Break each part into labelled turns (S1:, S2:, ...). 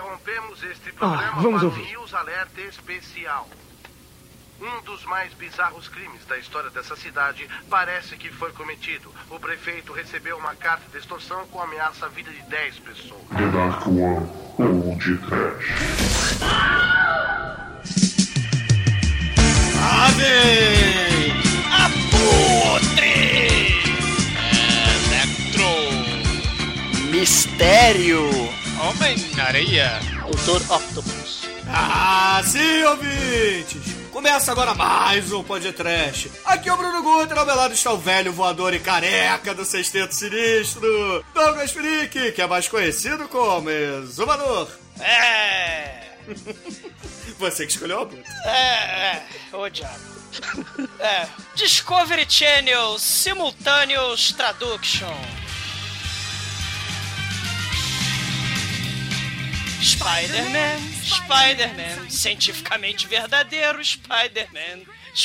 S1: Interrompemos este programa
S2: vamos
S1: para um
S2: ouvir.
S1: News Alert especial. Um dos mais bizarros crimes da história dessa cidade parece que foi cometido. O prefeito recebeu uma carta de extorsão com ameaça à vida de 10 pessoas.
S3: The Dark One ou de Trash.
S4: Ave! Abutre! Electro!
S5: Mistério!
S4: Homem-Areia!
S5: Doutor Octopus.
S6: Ah, sim, ouvintes! Começa agora mais um podcast. Aqui é o Bruno Guter, ao meu lado está o velho voador e careca do Sexteto Sinistro, Douglas Freak, que é mais conhecido como Exumador. Você que escolheu a puta.
S4: Ô diabo. Discovery Channel Simultaneous Traduction. Spider-Man, cientificamente verdadeiro Spider-Man,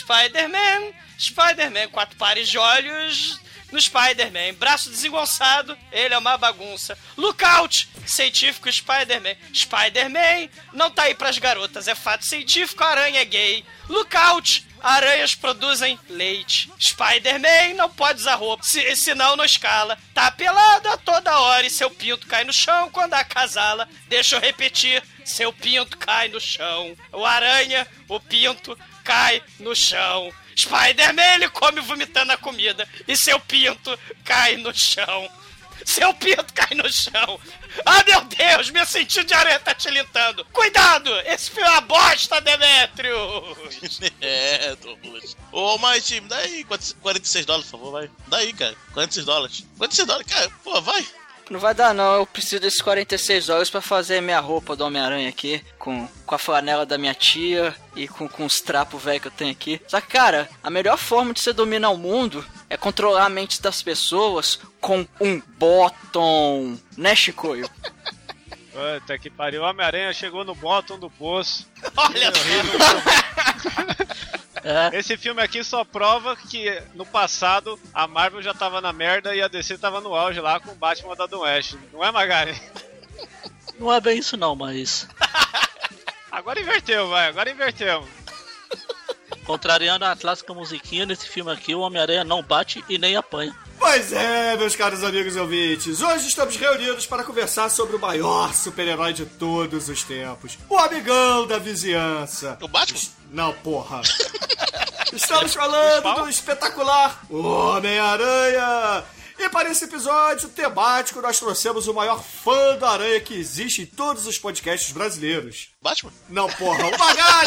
S4: 4 pares de olhos no Spider-Man, braço desengonçado, ele é uma bagunça. Lookout, científico Spider-Man não tá aí pras garotas, é fato científico, a aranha é gay. Lookout, aranhas produzem leite. Spider-Man não pode usar roupa, senão não escala. Tá pelado a toda hora e seu pinto cai no chão quando acasala. Deixa eu repetir, seu pinto cai no chão. O aranha, o pinto cai no chão. Spider-Man, ele come vomitando a comida e seu pinto cai no chão. Seu pinto cai no chão. Ah, meu Deus, meu sentido de aranha tá tilintando. Cuidado, esse filme é uma bosta, Demetrius.
S7: Douglas. Ô, mas time, dá aí $46, por favor, vai. Dá aí, cara, $46. $46, cara, pô, vai.
S5: Não vai dar não, eu preciso desses $46 pra fazer minha roupa do Homem-Aranha aqui, com a flanela da minha tia e com os trapos velhos que eu tenho aqui. Só que, cara, a melhor forma de você dominar o mundo é controlar a mente das pessoas com um bottom, né, Chicoio?
S8: Puta que pariu, o Homem-Aranha chegou no bottom do poço.
S4: Olha só.
S8: Esse filme aqui só prova que no passado a Marvel já tava na merda e a DC tava no auge lá com o Batman da Adam West. Não é, Magari?
S9: Não é bem isso não, mas...
S8: Agora inverteu, vai. Agora invertemos.
S9: Contrariando a clássica musiquinha, nesse filme aqui o Homem-Aranha não bate e nem apanha.
S6: Pois é, meus caros amigos e ouvintes, hoje estamos reunidos para conversar sobre o maior super-herói de todos os tempos, o amigão da vizinhança.
S7: O Batman?
S6: Não, porra. Estamos falando do espetacular Homem-Aranha. E para esse episódio temático, nós trouxemos o maior fã da aranha que existe em todos os podcasts brasileiros.
S7: Batman?
S6: Não, porra, o Magari!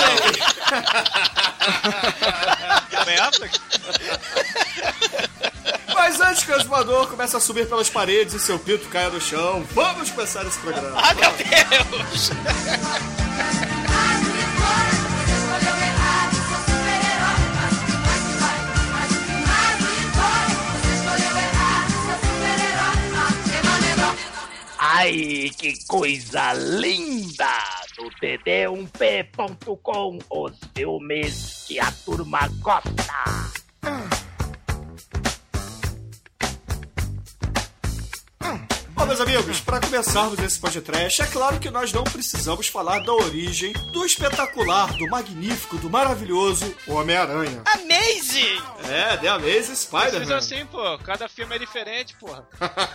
S6: Mas antes que o exumador comece a subir pelas paredes e seu pinto caia no chão, vamos começar esse programa.
S4: Ah, meu Deus!
S2: Ai, que coisa linda! No td1p.com, os filmes que a turma gosta.
S6: Bom, meus amigos, para começarmos esse podcast, é claro que nós não precisamos falar da origem do espetacular, do magnífico, do maravilhoso Homem-Aranha.
S4: Amazing!
S6: É, The Amazing Spider-Man.
S8: Precisa assim, pô. Cada filme é diferente, porra.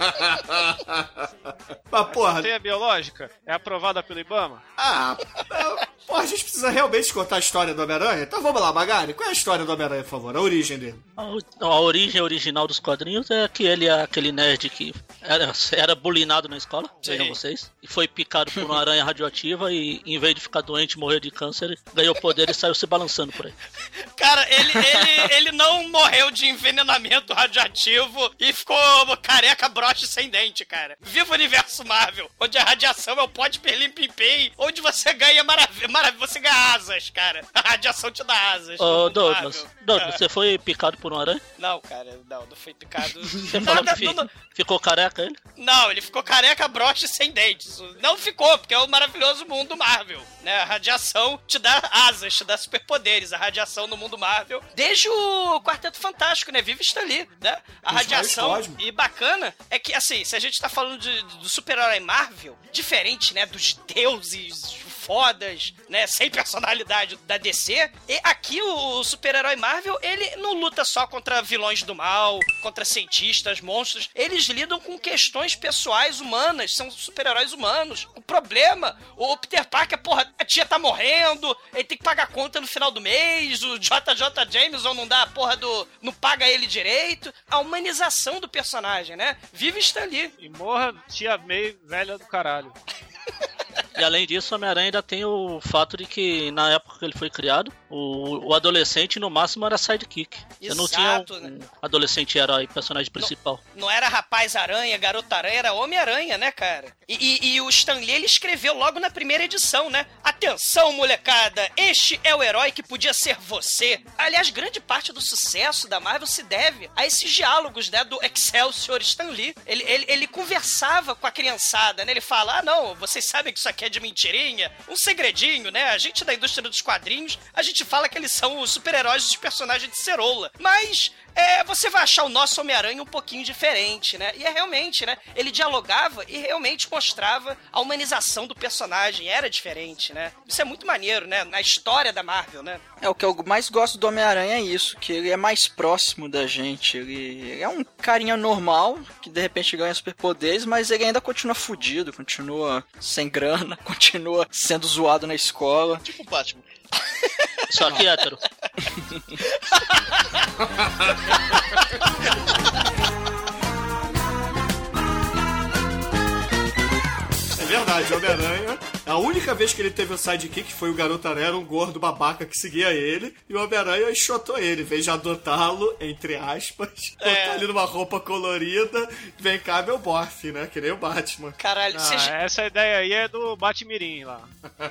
S6: Mas, porra...
S8: A teia biológica é aprovada pelo Ibama?
S6: Porra, a gente precisa realmente contar a história do Homem-Aranha? Então vamos lá, Magari, qual é a história do Homem-Aranha, por favor? A origem dele.
S9: A origem original dos quadrinhos é que ele é aquele nerd que era bulinado na escola, vejam vocês, e foi picado por uma aranha radioativa e, em vez de ficar doente e morrer de câncer, ganhou poder e saiu se balançando por aí.
S4: Cara, ele não morreu de envenenamento radioativo e ficou careca, broche sem dente, cara. Viva o universo Marvel, onde a radiação é o pó de perlim-pim-pim, onde você ganha maravilhoso, você ganha asas, cara. A radiação te dá asas.
S9: Ô, Douglas, você foi picado por uma aranha?
S4: Não, cara, não foi picado.
S9: Você falou que ficou careca ele?
S4: Não, ele ficou careca, broche sem dentes. Não ficou, porque é o maravilhoso mundo Marvel, né? A radiação te dá asas, te dá superpoderes. A radiação no mundo Marvel, desde o Quarteto Fantástico, né? Vive Stan Lee, né? A radiação, e bacana, é que, assim, se a gente tá falando do super-herói Marvel, diferente, né? Dos deuses fodas, né, sem personalidade da DC, e aqui o super-herói Marvel, ele não luta só contra vilões do mal, contra cientistas, monstros, eles lidam com questões pessoais humanas, são super-heróis humanos. O problema, o Peter Parker, porra, a tia tá morrendo, ele tem que pagar conta no final do mês, o JJ Jameson não dá a porra não paga ele direito, a humanização do personagem, né? Vive Stan Lee.
S8: E morra tia May, velha do caralho.
S9: E além disso, o Homem-Aranha ainda tem o fato de que na época que ele foi criado, o adolescente no máximo era sidekick. Você não tinha um adolescente herói, personagem principal.
S4: Não era rapaz-aranha, garota-aranha, era Homem-Aranha, né, cara? E o Stan Lee, ele escreveu logo na primeira edição, né? Atenção, molecada, este é o herói que podia ser você. Aliás, grande parte do sucesso da Marvel se deve a esses diálogos, né, do Excelsior Stan Lee. Ele conversava com a criançada, né? Ele fala, não, vocês sabem que isso aqui é de mentirinha, um segredinho, né? A gente da indústria dos quadrinhos, a gente fala que eles são os super-heróis dos personagens de ceroula. Mas você vai achar o nosso Homem-Aranha um pouquinho diferente, né? E realmente, né? Ele dialogava e realmente mostrava a humanização do personagem. Era diferente, né? Isso é muito maneiro, né? Na história da Marvel, né?
S5: O que eu mais gosto do Homem-Aranha é isso, que ele é mais próximo da gente. Ele é um carinha normal, que de repente ganha superpoderes, mas ele ainda continua fudido, continua sem grana, continua sendo zoado na escola.
S7: Tipo o Batman.
S9: Só que hétero.
S6: É verdade, o Homem-Aranha, a única vez que ele teve o sidekick foi o Garoto Aranha, era um gordo babaca que seguia ele, e o Homem-Aranha enxotou ele, em vez de adotá-lo, entre aspas, botar ele numa roupa colorida, vem cá meu bofe, né, que nem o Batman.
S4: Caralho,
S8: essa ideia aí é do Batmirim lá.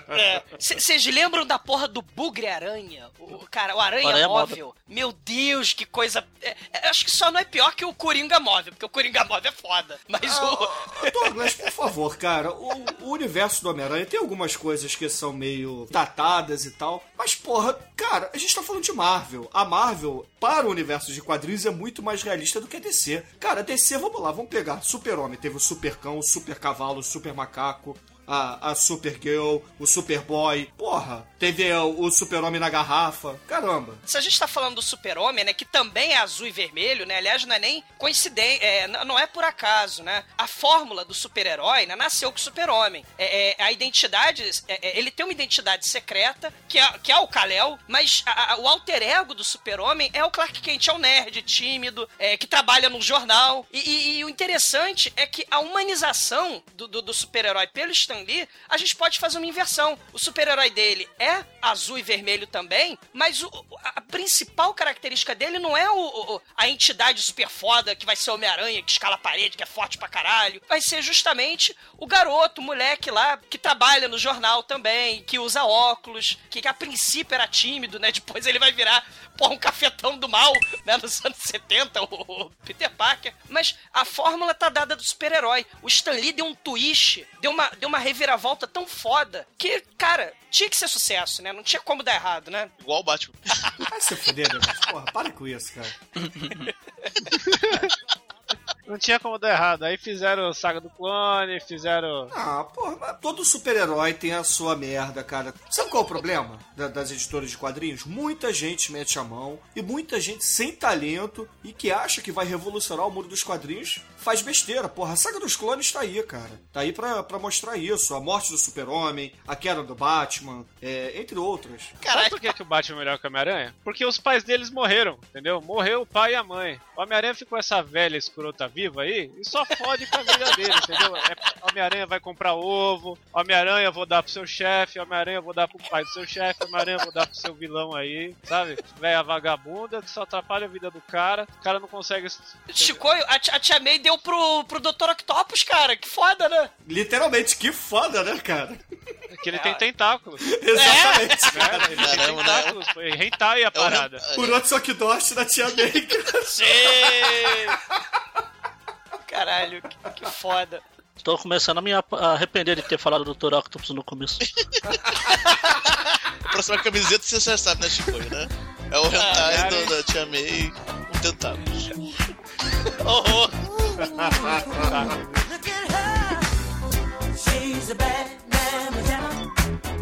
S4: Vocês lembram da porra do Bugre-Aranha? O Aranha Móvel? Meu Deus, que coisa... acho que só não é pior que o Coringa Móvel, porque o Coringa Móvel é foda, mas
S6: Douglas, por favor, cara, o universo do Homem-Aranha tem algumas coisas que são meio datadas e tal, mas porra, cara, a gente tá falando de Marvel. A Marvel, para o universo de quadrinhos, é muito mais realista do que a DC. Cara, a DC, vamos lá, vamos pegar Super-Homem, teve o Super-Cão, o Super-Cavalo, o Super-Macaco, a Supergirl, o Superboy, porra, teve o Super-Homem na garrafa, caramba.
S4: Se a gente tá falando do Super-Homem, né, que também é azul e vermelho, né, aliás, não é nem coincidência, não é por acaso, né, a fórmula do super-herói, né, nasceu com o Super-Homem. A identidade, ele tem uma identidade secreta, que é o Kal-El, mas o alter ego do Super-Homem é o Clark Kent, é o nerd, tímido, que trabalha no jornal, e o interessante é que a humanização do super-herói pelo Stan Lee, a gente pode fazer uma inversão. O super-herói dele é azul e vermelho também, mas a principal característica dele não é a entidade super foda que vai ser o Homem-Aranha, que escala a parede, que é forte pra caralho. Vai ser justamente o garoto, o moleque lá, que trabalha no jornal também, que usa óculos, que a princípio era tímido, né? Depois ele vai virar, um cafetão do mal, né? Nos anos 70, o Peter Parker. Mas a fórmula tá dada do super-herói. O Stan Lee deu um twist, deu uma reviravolta tão foda que, cara, tinha que ser sucesso, né? Não tinha como dar errado, né?
S7: Igual o Batman.
S6: Vai se fuder, meu Deus. Porra, para com isso, cara.
S8: Não tinha como dar errado. Aí fizeram Saga do Clone, fizeram...
S6: porra, mas todo super-herói tem a sua merda, cara. Sabe qual é o problema das editoras de quadrinhos? Muita gente mete a mão e muita gente sem talento e que acha que vai revolucionar o mundo dos quadrinhos faz besteira. Porra, a Saga dos Clones tá aí, cara. Tá aí pra mostrar isso. A morte do Super-Homem, a queda do Batman, entre outras.
S8: Sabe por que o Batman é melhor que o Homem-Aranha? Porque os pais deles morreram, entendeu? Morreu o pai e a mãe. O Homem-Aranha ficou essa velha escrota vivo aí e só fode com a vida dele, entendeu? Homem-Aranha vai comprar ovo, Homem-Aranha vou dar pro seu chefe, Homem-Aranha vou dar pro pai do seu chefe, Homem-Aranha vou dar pro seu vilão aí, sabe? Véia vagabunda que só atrapalha a vida do cara, o cara não consegue...
S4: Chicoio, a Tia May deu pro Dr. Octopus, cara, que foda, né?
S6: Literalmente, que foda, né, cara?
S8: Que ele tem tentáculos.
S6: Exatamente.
S8: Cara, ele tem tentáculos, foi hentai a parada.
S6: Por outro só que doste da Tia May, cara.
S4: Sim! Caralho, que foda.
S9: Tô começando a me arrepender de ter falado do Dr. Octopus no começo.
S7: A próxima camiseta você já sabe, né, Chico? Né? É o hentai da Tia May com tentáculos.
S4: Horror!
S10: She's a bad man,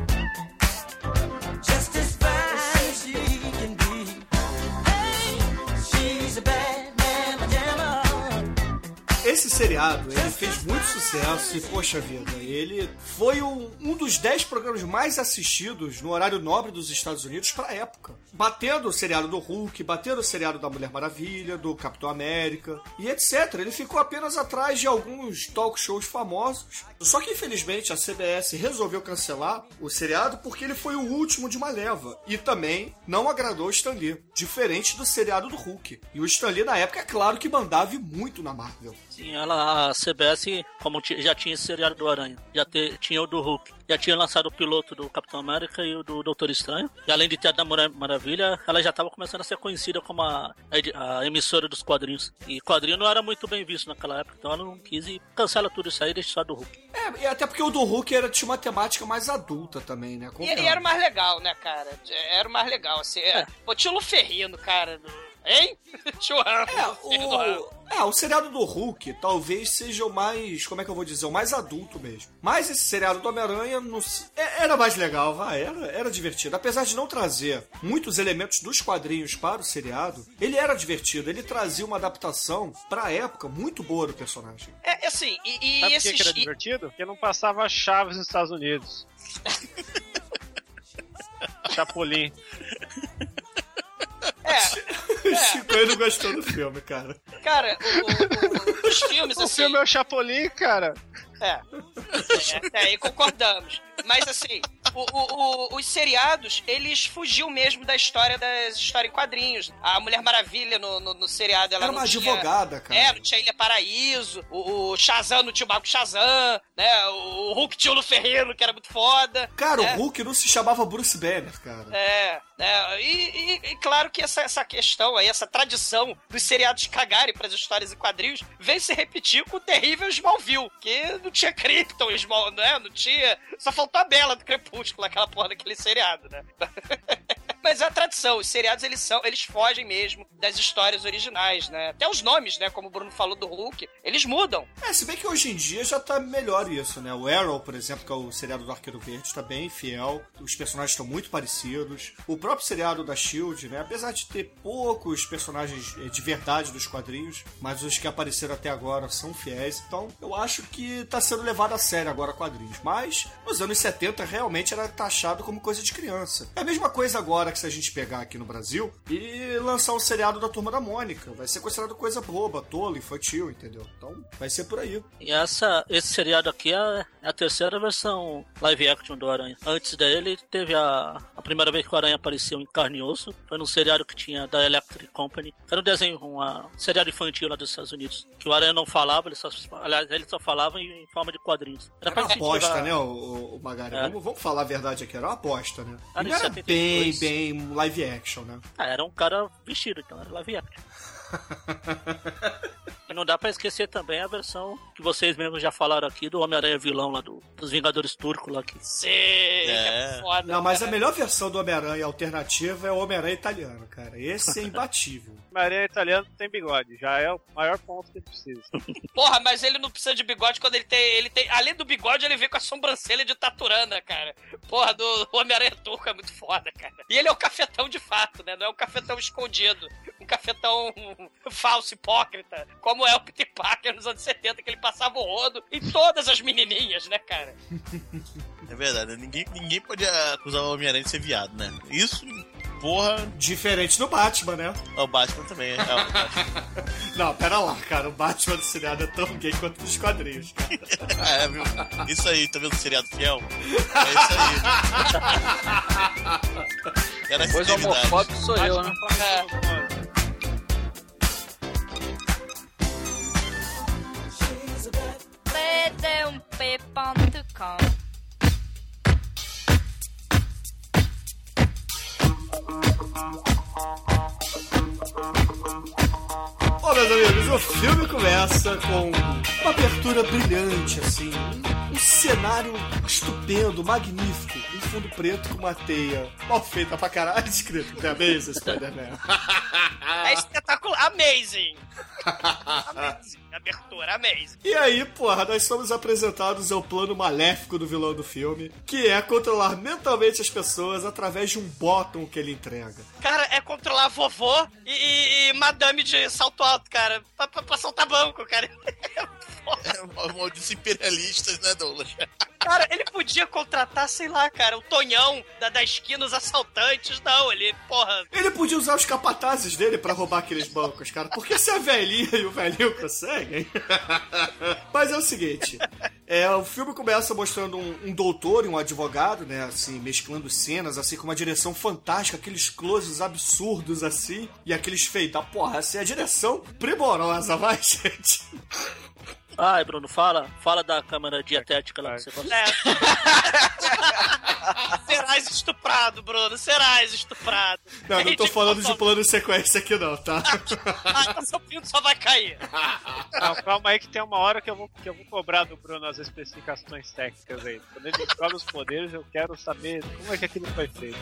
S10: just as fine as she can be. Hey, she's a bad man,
S6: Esse seriado, ele fez muito sucesso e, poxa vida, ele foi um dos 10 programas mais assistidos no horário nobre dos Estados Unidos pra época. Batendo o seriado do Hulk, batendo o seriado da Mulher Maravilha, do Capitão América e etc. Ele ficou apenas atrás de alguns talk shows famosos. Só que, infelizmente, a CBS resolveu cancelar o seriado porque ele foi o último de uma leva. E também não agradou o Stan Lee, diferente do seriado do Hulk. E o Stan Lee, na época, é claro que mandava muito na Marvel.
S9: Sim, a CBS, como já tinha esse seriado do Aranha, tinha o do Hulk, já tinha lançado o piloto do Capitão América e o do Doutor Estranho, e além de ter a da Mulher Maravilha, ela já estava começando a ser conhecida como a emissora dos quadrinhos. E quadrinho não era muito bem visto naquela época, então ela não quis e cancela tudo isso aí e deixa só do Hulk.
S6: E até porque o do Hulk tinha uma temática mais adulta também, né?
S4: E era o mais legal, né, cara? Era o mais legal, assim. Pô, tinha o Luferrino, cara. Hein? Tio
S6: o seriado do Hulk talvez seja o mais, como é que eu vou dizer, o mais adulto mesmo. Mas esse seriado do Homem-Aranha era mais legal, era divertido. Apesar de não trazer muitos elementos dos quadrinhos para o seriado, ele era divertido. Ele trazia uma adaptação pra época muito boa do personagem.
S4: Assim,
S8: Sabe por que era divertido? Porque não passava Chaves nos Estados Unidos. Chapolin.
S6: O Chico aí não gostou do filme, cara.
S4: Cara, os filmes, assim...
S8: O filme é o Chapolin, cara.
S4: Aí concordamos. Mas assim, os seriados, eles fugiam mesmo da história em quadrinhos. A Mulher Maravilha no seriado, ela
S6: era
S4: não
S6: uma
S4: tinha...
S6: advogada, cara.
S4: Não tinha Ilha Paraíso. O Shazam não tinha o Marco Shazam, né? O Hulk tinha o Luferrino, que era muito foda.
S6: Cara, o Hulk não se chamava Bruce Banner, cara.
S4: E claro que essa questão aí, essa tradição dos seriados cagarem pras histórias em quadrinhos, vem se repetir com o terrível Smallville, que não tinha Krypton, né? Não tinha... Só faltou a Bela do Crepúsculo, aquela porra daquele seriado, né? Mas é a tradição, os seriados eles fogem mesmo das histórias originais, né? Até os nomes, né? Como o Bruno falou do Hulk, eles mudam.
S6: Se bem que hoje em dia já tá melhor isso, né? O Arrow, por exemplo, que é o seriado do Arqueiro Verde, tá bem fiel, os personagens estão muito parecidos. O próprio seriado da SHIELD, né? Apesar de ter poucos personagens de verdade dos quadrinhos, mas os que apareceram até agora são fiéis, então eu acho que tá sendo levado a sério agora quadrinhos. Mas nos anos 70 realmente era taxado como coisa de criança. É a mesma coisa agora que se a gente pegar aqui no Brasil e lançar um seriado da Turma da Mônica. Vai ser considerado coisa boba, tola, infantil, entendeu? Então vai ser por aí.
S9: E esse seriado aqui é a terceira versão live action do Aranha. Antes dele teve a primeira vez que o Aranha apareceu em carne e osso. Foi num seriado que tinha da Electric Company. Era um desenho, um seriado infantil lá dos Estados Unidos. Que o Aranha não falava, ele só falava em forma de quadrinhos.
S6: Era uma aposta, né, o Magari? Vamos falar a verdade aqui, era uma aposta, né? Ele era bem live action, né?
S9: Era um cara vestido, então era live action. E não dá pra esquecer também a versão que vocês mesmos já falaram aqui do Homem-Aranha vilão lá dos Vingadores Turcos lá.
S4: Sim, é foda.
S6: Não, mas a melhor versão do Homem-Aranha alternativa é o Homem-Aranha italiano, cara. Esse é imbatível.
S8: O Homem-Aranha italiano tem bigode, já é o maior ponto que ele precisa.
S4: Porra, mas ele não precisa de bigode quando ele tem... Além do bigode, ele vem com a sobrancelha de Taturana, cara. Porra, do Homem-Aranha turco é muito foda, cara. E ele é o cafetão de fato, né? Não é um cafetão escondido. Um cafetão falso, hipócrita, como é o Peter Parker nos anos 70, que ele passava o rodo em todas as menininhas, né, cara?
S7: É verdade, ninguém pode acusar o Homem-Aranha de ser viado, né? Isso, porra...
S6: Diferente do Batman, né?
S7: O Batman também,
S6: Não, pera lá, cara. O Batman do seriado é tão gay quanto dos quadrinhos, cara.
S7: É, viu? Isso aí, tá vendo o seriado fiel? É isso aí. Era
S5: Pois homofóbico sou eu, né?
S11: Pledeumpep.com.
S6: Ó, meus amigos, o filme começa com uma abertura brilhante, assim. Um cenário estupendo, magnífico. Um fundo preto com uma teia mal feita pra caralho, escrito The Amazing Spider-Man.
S4: É espetacular. Amazing. Amazing. Abertura, amazing.
S6: E aí, porra, nós somos apresentados ao plano maléfico do vilão do filme, que é controlar mentalmente as pessoas através de um bottom que ele entrega.
S4: Cara, é controlar vovô e madame de salto alto, cara. Pra soltar banco, cara.
S7: Malditos imperialistas, né, Douglas?
S4: Cara, ele podia contratar, sei lá, cara, o Tonhão da esquina, os assaltantes. Não, ele, porra...
S6: Ele podia usar os capatazes dele pra roubar aqueles bancos, cara. Porque se a velhinha e o velhinho conseguem... Mas é o seguinte... o filme começa mostrando um doutor e um advogado, né, assim, mesclando cenas, assim, com uma direção fantástica, aqueles closes absurdos, assim, e aqueles feitos. Porra, assim, a direção primorosa, vai, gente...
S9: Ai, Bruno, fala da câmera dietética lá que você gosta.
S4: Serás estuprado, Bruno, serás estuprado.
S6: Não tô falando de plano de sequência aqui não, tá?
S4: Então seu pinto só vai cair.
S8: Não, calma aí que tem uma hora que eu vou cobrar do Bruno as especificações técnicas aí. Quando ele descobre os poderes, eu quero saber como é que aquilo foi feito.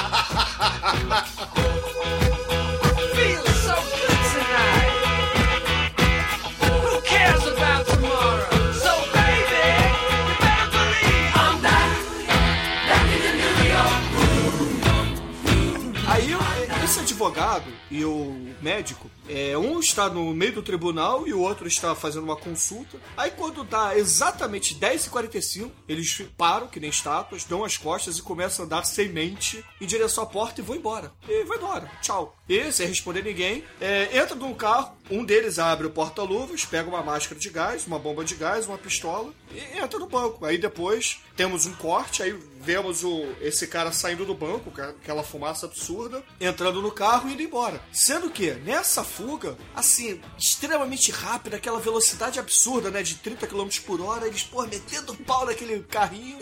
S10: Feeling so good tonight. Who cares about tomorrow? So baby, you better believe I'm back in New York.
S6: Aí esse advogado e o médico, um está no meio do tribunal e o outro está fazendo uma consulta. Aí quando dá exatamente 10h45, eles param, que nem estátuas, dão as costas e começam a andar sem mente em direção à porta e vão embora. E vai embora. Tchau. E, sem responder ninguém, entra num carro, um deles abre o porta-luvas, pega uma máscara de gás, uma bomba de gás, uma pistola e entra no banco. Aí depois temos um corte, aí vemos esse cara saindo do banco, aquela fumaça absurda, entrando no carro e indo embora. Sendo que, nessa fuga, assim, extremamente rápida, aquela velocidade absurda, né, de 30 km por hora, eles, metendo o pau naquele carrinho...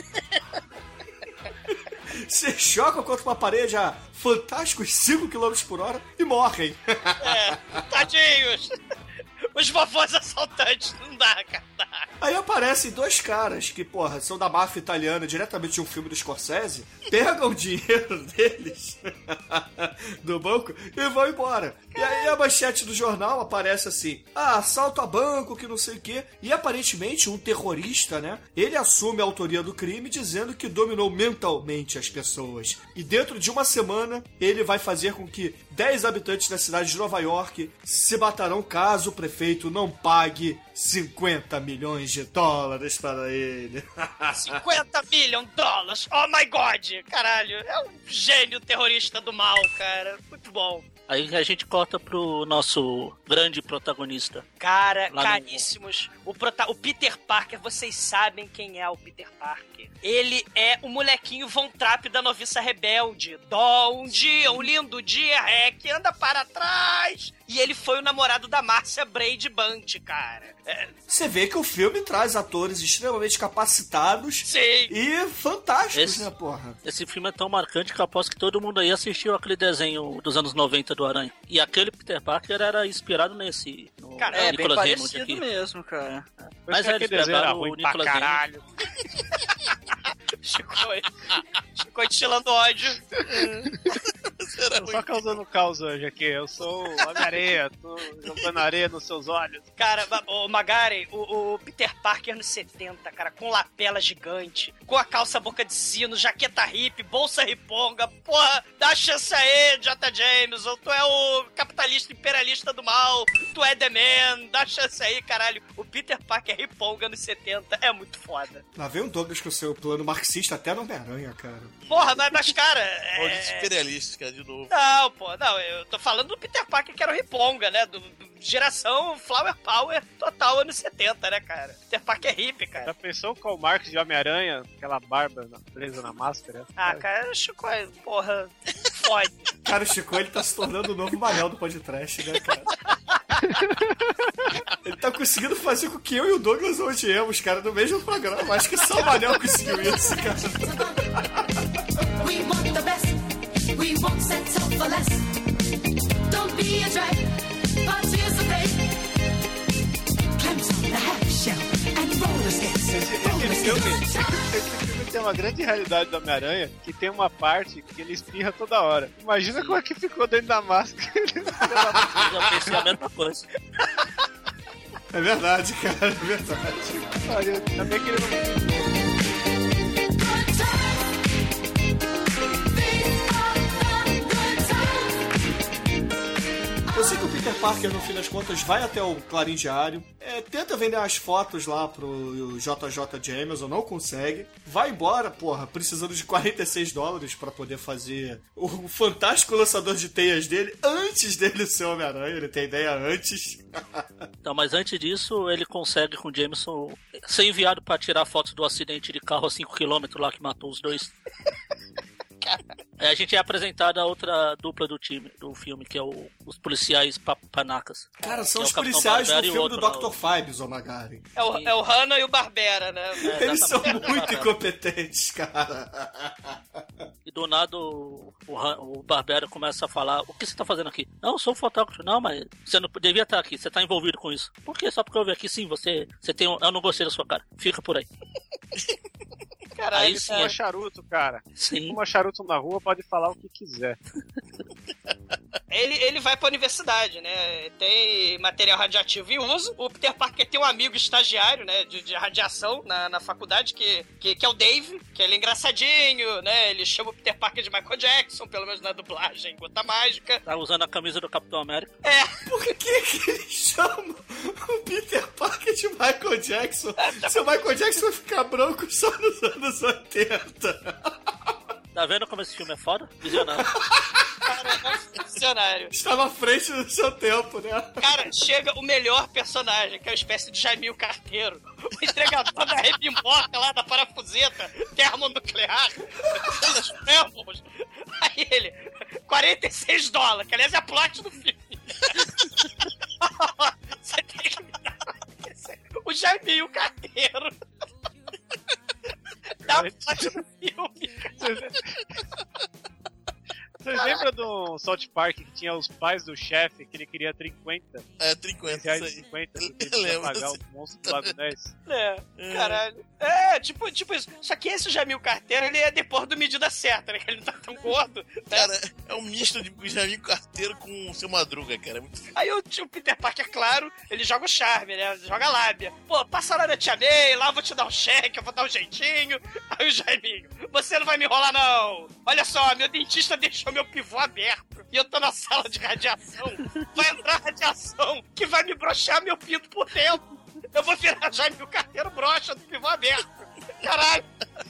S6: Se chocam contra uma parede a fantásticos 5 km por hora e morrem.
S4: Tadinhos. Os vovôs assaltantes, não dá, cara.
S6: Aí aparecem dois caras que, são da máfia italiana, diretamente de um filme do Scorsese, pegam o dinheiro deles do banco e vão embora. E aí a manchete do jornal aparece assim, assalto a banco, que não sei o quê. E aparentemente um terrorista, né, ele assume a autoria do crime dizendo que dominou mentalmente as pessoas. E dentro de uma semana, ele vai fazer com que 10 habitantes da cidade de Nova York se matarão caso o prefeito não pague $50 milhões para ele.
S4: $50 milhões? Oh my god! Caralho, é um gênio terrorista do mal, cara. Muito bom.
S9: Aí a gente corta pro nosso grande protagonista.
S4: Cara, caríssimos. O Peter Parker, vocês sabem quem é o Peter Parker. Ele é o molequinho Von Trapp da Noviça Rebelde. Um lindo dia, que anda para trás. E ele foi o namorado da Márcia Brady Bunch, cara.
S6: Você vê que o filme traz atores extremamente capacitados.
S4: Sim.
S6: E fantásticos, né, porra?
S9: Esse filme é tão marcante que eu aposto que todo mundo aí assistiu aquele desenho dos anos 90 do Aranha. E aquele Peter Parker era inspirado nesse.
S5: Cara, é bem parecido mesmo, cara.
S9: Mas eles pegaram o Nicolas Cage.
S4: Ficou estilando ódio.
S8: Tô só causando caos hoje aqui. Eu sou o Homem-Areia, tô jogando areia nos seus olhos.
S4: Cara, o Magari, o Peter Parker nos 70, cara, com lapela gigante, com a calça boca de sino, jaqueta hippie, bolsa riponga, porra, dá chance aí, J. Jameson, tu é o capitalista imperialista do mal, tu é The Man, dá chance aí, caralho. O Peter Parker riponga nos 70 é muito foda.
S6: Lá vem o Douglas com o seu plano marxista até no Homem-Aranha, cara.
S4: Porra, mas cara...
S7: Malditos imperialistas, cara, de novo.
S4: Não, eu tô falando do Peter Parker que era o riponga, né, geração Flower Power total anos 70, né, cara? Peter Parker é hippie, cara.
S8: Já pensou qual o Marcos de Homem-Aranha? Aquela barba presa na máscara?
S4: Ah, cara, Chico, porra, fode.
S6: Cara, o Chico, ele tá se tornando o novo Manel do podcast, né, cara? Ele tá conseguindo fazer com que eu e o Douglas odiemos, cara, no mesmo programa. Acho que só o Manel conseguiu isso, cara.
S10: We want the best. We won't settle for less. Don't be a drag. Participate. Clamps on the half shell and roller skates.
S8: Esse filme tem uma grande realidade do Homem-Aranha, que tem uma parte que ele espirra toda hora. Imagina como é que ficou dentro da máscara.
S9: Eu já pensei a mesma coisa.
S6: É verdade, cara, é verdade.
S8: Olha, também que ele não...
S6: Eu sei que o Peter Parker, no fim das contas, vai até o Clarim Diário, tenta vender as fotos lá pro JJ Jameson, não consegue, vai embora, porra, precisando de $46 pra poder fazer o fantástico lançador de teias dele, antes dele ser Homem-Aranha, ele tem ideia antes.
S9: Então, mas antes disso, ele consegue com o Jameson ser enviado pra tirar fotos do acidente de carro a 5 km lá que matou os dois. A gente é apresentado a outra dupla do time, do filme, que é os policiais panacas.
S6: Cara, são
S9: os
S6: policiais do filme do Dr. Fibes, o Magari.
S4: É o Hanna e o Barbera, né?
S6: Eles são muito incompetentes, cara.
S9: E do nada o Barbera começa a falar: o que você tá fazendo aqui? Não, eu sou um fotógrafo. Não, mas você não devia estar aqui, você tá envolvido com isso. Por quê? Só porque eu vi aqui, sim, você tem eu não gostei da sua cara. Fica por aí.
S4: Caralho,
S8: Aí fuma charuto, cara.
S9: Sim.
S8: Fuma charuto na rua, pode falar o que quiser.
S4: Ele vai pra universidade, né? Tem material radioativo em uso. O Peter Parker tem um amigo estagiário, né? De radiação na faculdade, que é o Dave, que ele é engraçadinho, né? Ele chama o Peter Parker de Michael Jackson, pelo menos na dublagem, Gota Mágica.
S9: Tá usando a camisa do Capitão América.
S4: É.
S6: Por que ele chama o Peter Parker de Michael Jackson? Se o Michael Jackson vai ficar branco só nos anos 80.
S9: Tá vendo como esse filme é foda? Visionário.
S4: Cara, é visionário.
S6: Estava à frente do seu tempo, né?
S4: Cara, chega o melhor personagem, que é uma espécie de Jamil Carteiro. O entregador da Rebimboca lá, da parafuseta termonuclear. Aí ele, $46, que aliás é a plot do filme. Você tem que me dar o Jamil Carteiro. Dá plot do filme.
S8: Vocês lembram do South Park que tinha os pais do chefe que ele queria 50?
S7: É, 50, isso aí.
S8: 50, porque ele ia pagar o monstro do Lago 10.
S4: Caralho. Tipo isso. Só que esse Jamil Carteiro, ele é depois do Medida Certa, né? Que ele não tá tão gordo.
S7: Cara, é um misto de Jamil Carteiro com o Seu Madruga, cara. É muito...
S4: Aí o Peter Parker, claro, ele joga o charme, né? Joga a lábia. Pô, passa lá na Tia May, lá eu vou te dar um cheque, eu vou dar um jeitinho. Aí o Jaiminho, você não vai me enrolar, não. Olha só, meu dentista deixou meu pivô aberto e eu tô na sala de radiação. Vai entrar radiação que vai me broxar meu pinto por dentro. Eu vou virar Jaime Carteiro broxa do pivô aberto. Caralho.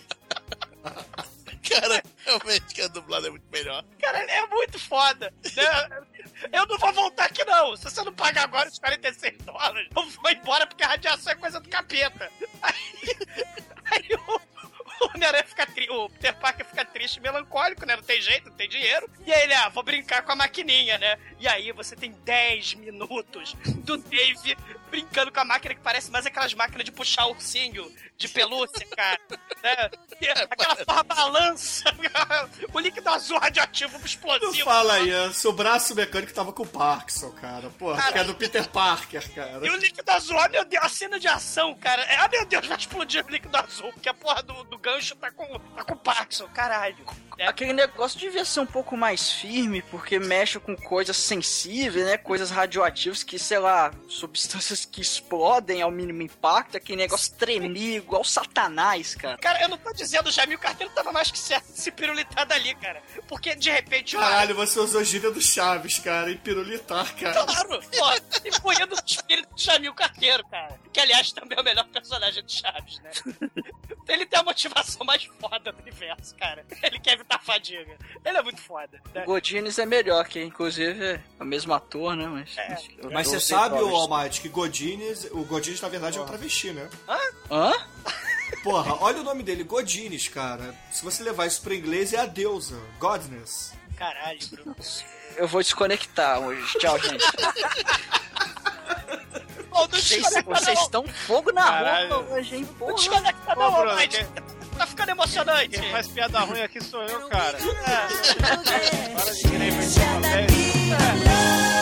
S7: Cara, realmente que a dublada é muito melhor.
S4: Cara, é muito foda. Né? Eu não vou voltar aqui, não. Se você não pagar agora os $46, eu vou embora porque a radiação é coisa do capeta. Aí o Homem-Aranha fica o Peter Parker fica triste e melancólico, né? Não tem jeito, não tem dinheiro. E aí ele, vou brincar com a maquininha, né? E aí você tem 10 minutos do Dave brincando com a máquina que parece mais aquelas máquinas de puxar ursinho de pelúcia, cara. Né? Aquela porra balança. O líquido azul radioativo explosivo.
S6: Não fala aí, seu braço mecânico tava com o Parkinson, cara. Porra, cara, que é do Peter Parker, cara.
S4: E o líquido azul, meu Deus, a cena de ação, cara. Meu Deus, vai explodir o líquido azul, porque a porra do gancho tá com o Parkinson, caralho.
S5: Aquele negócio devia ser um pouco mais firme, porque mexe com coisas sensíveis, né? Coisas radioativas que, sei lá, substâncias que explodem ao mínimo impacto. Aquele negócio tremia igual Satanás, cara.
S4: Cara, eu não tô dizendo, o Jamil Carteiro tava mais que certo de se pirulitar dali, cara. Porque, de repente...
S6: Caralho, você usou gíria do Chaves, cara, e pirulitar, cara.
S4: Claro, pô, impunhando o espírito do Jamil Carteiro, cara. Que, aliás, também é o melhor personagem do Chaves, né? Ele tem a motivação mais foda do universo, cara. Ele quer evitar fadiga. Ele é muito foda. Né?
S5: O Godines é melhor, que inclusive é o mesmo ator, né?
S6: Mas você sabe, o Almighty, que o Godines na verdade é um travesti, né?
S5: Hã?
S6: Porra, olha o nome dele, Godines, cara. Se você levar isso pro inglês, é a deusa, Godness.
S4: Caralho, Bruno.
S5: Eu vou desconectar hoje. Tchau, gente. Vocês estão fogo na roupa hoje, hein? Porra.
S4: Desconecta não,
S8: Bruno,
S4: mas tá ficando emocionante.
S8: Quem faz piada ruim aqui sou eu, cara. Para de querer inventar papéis.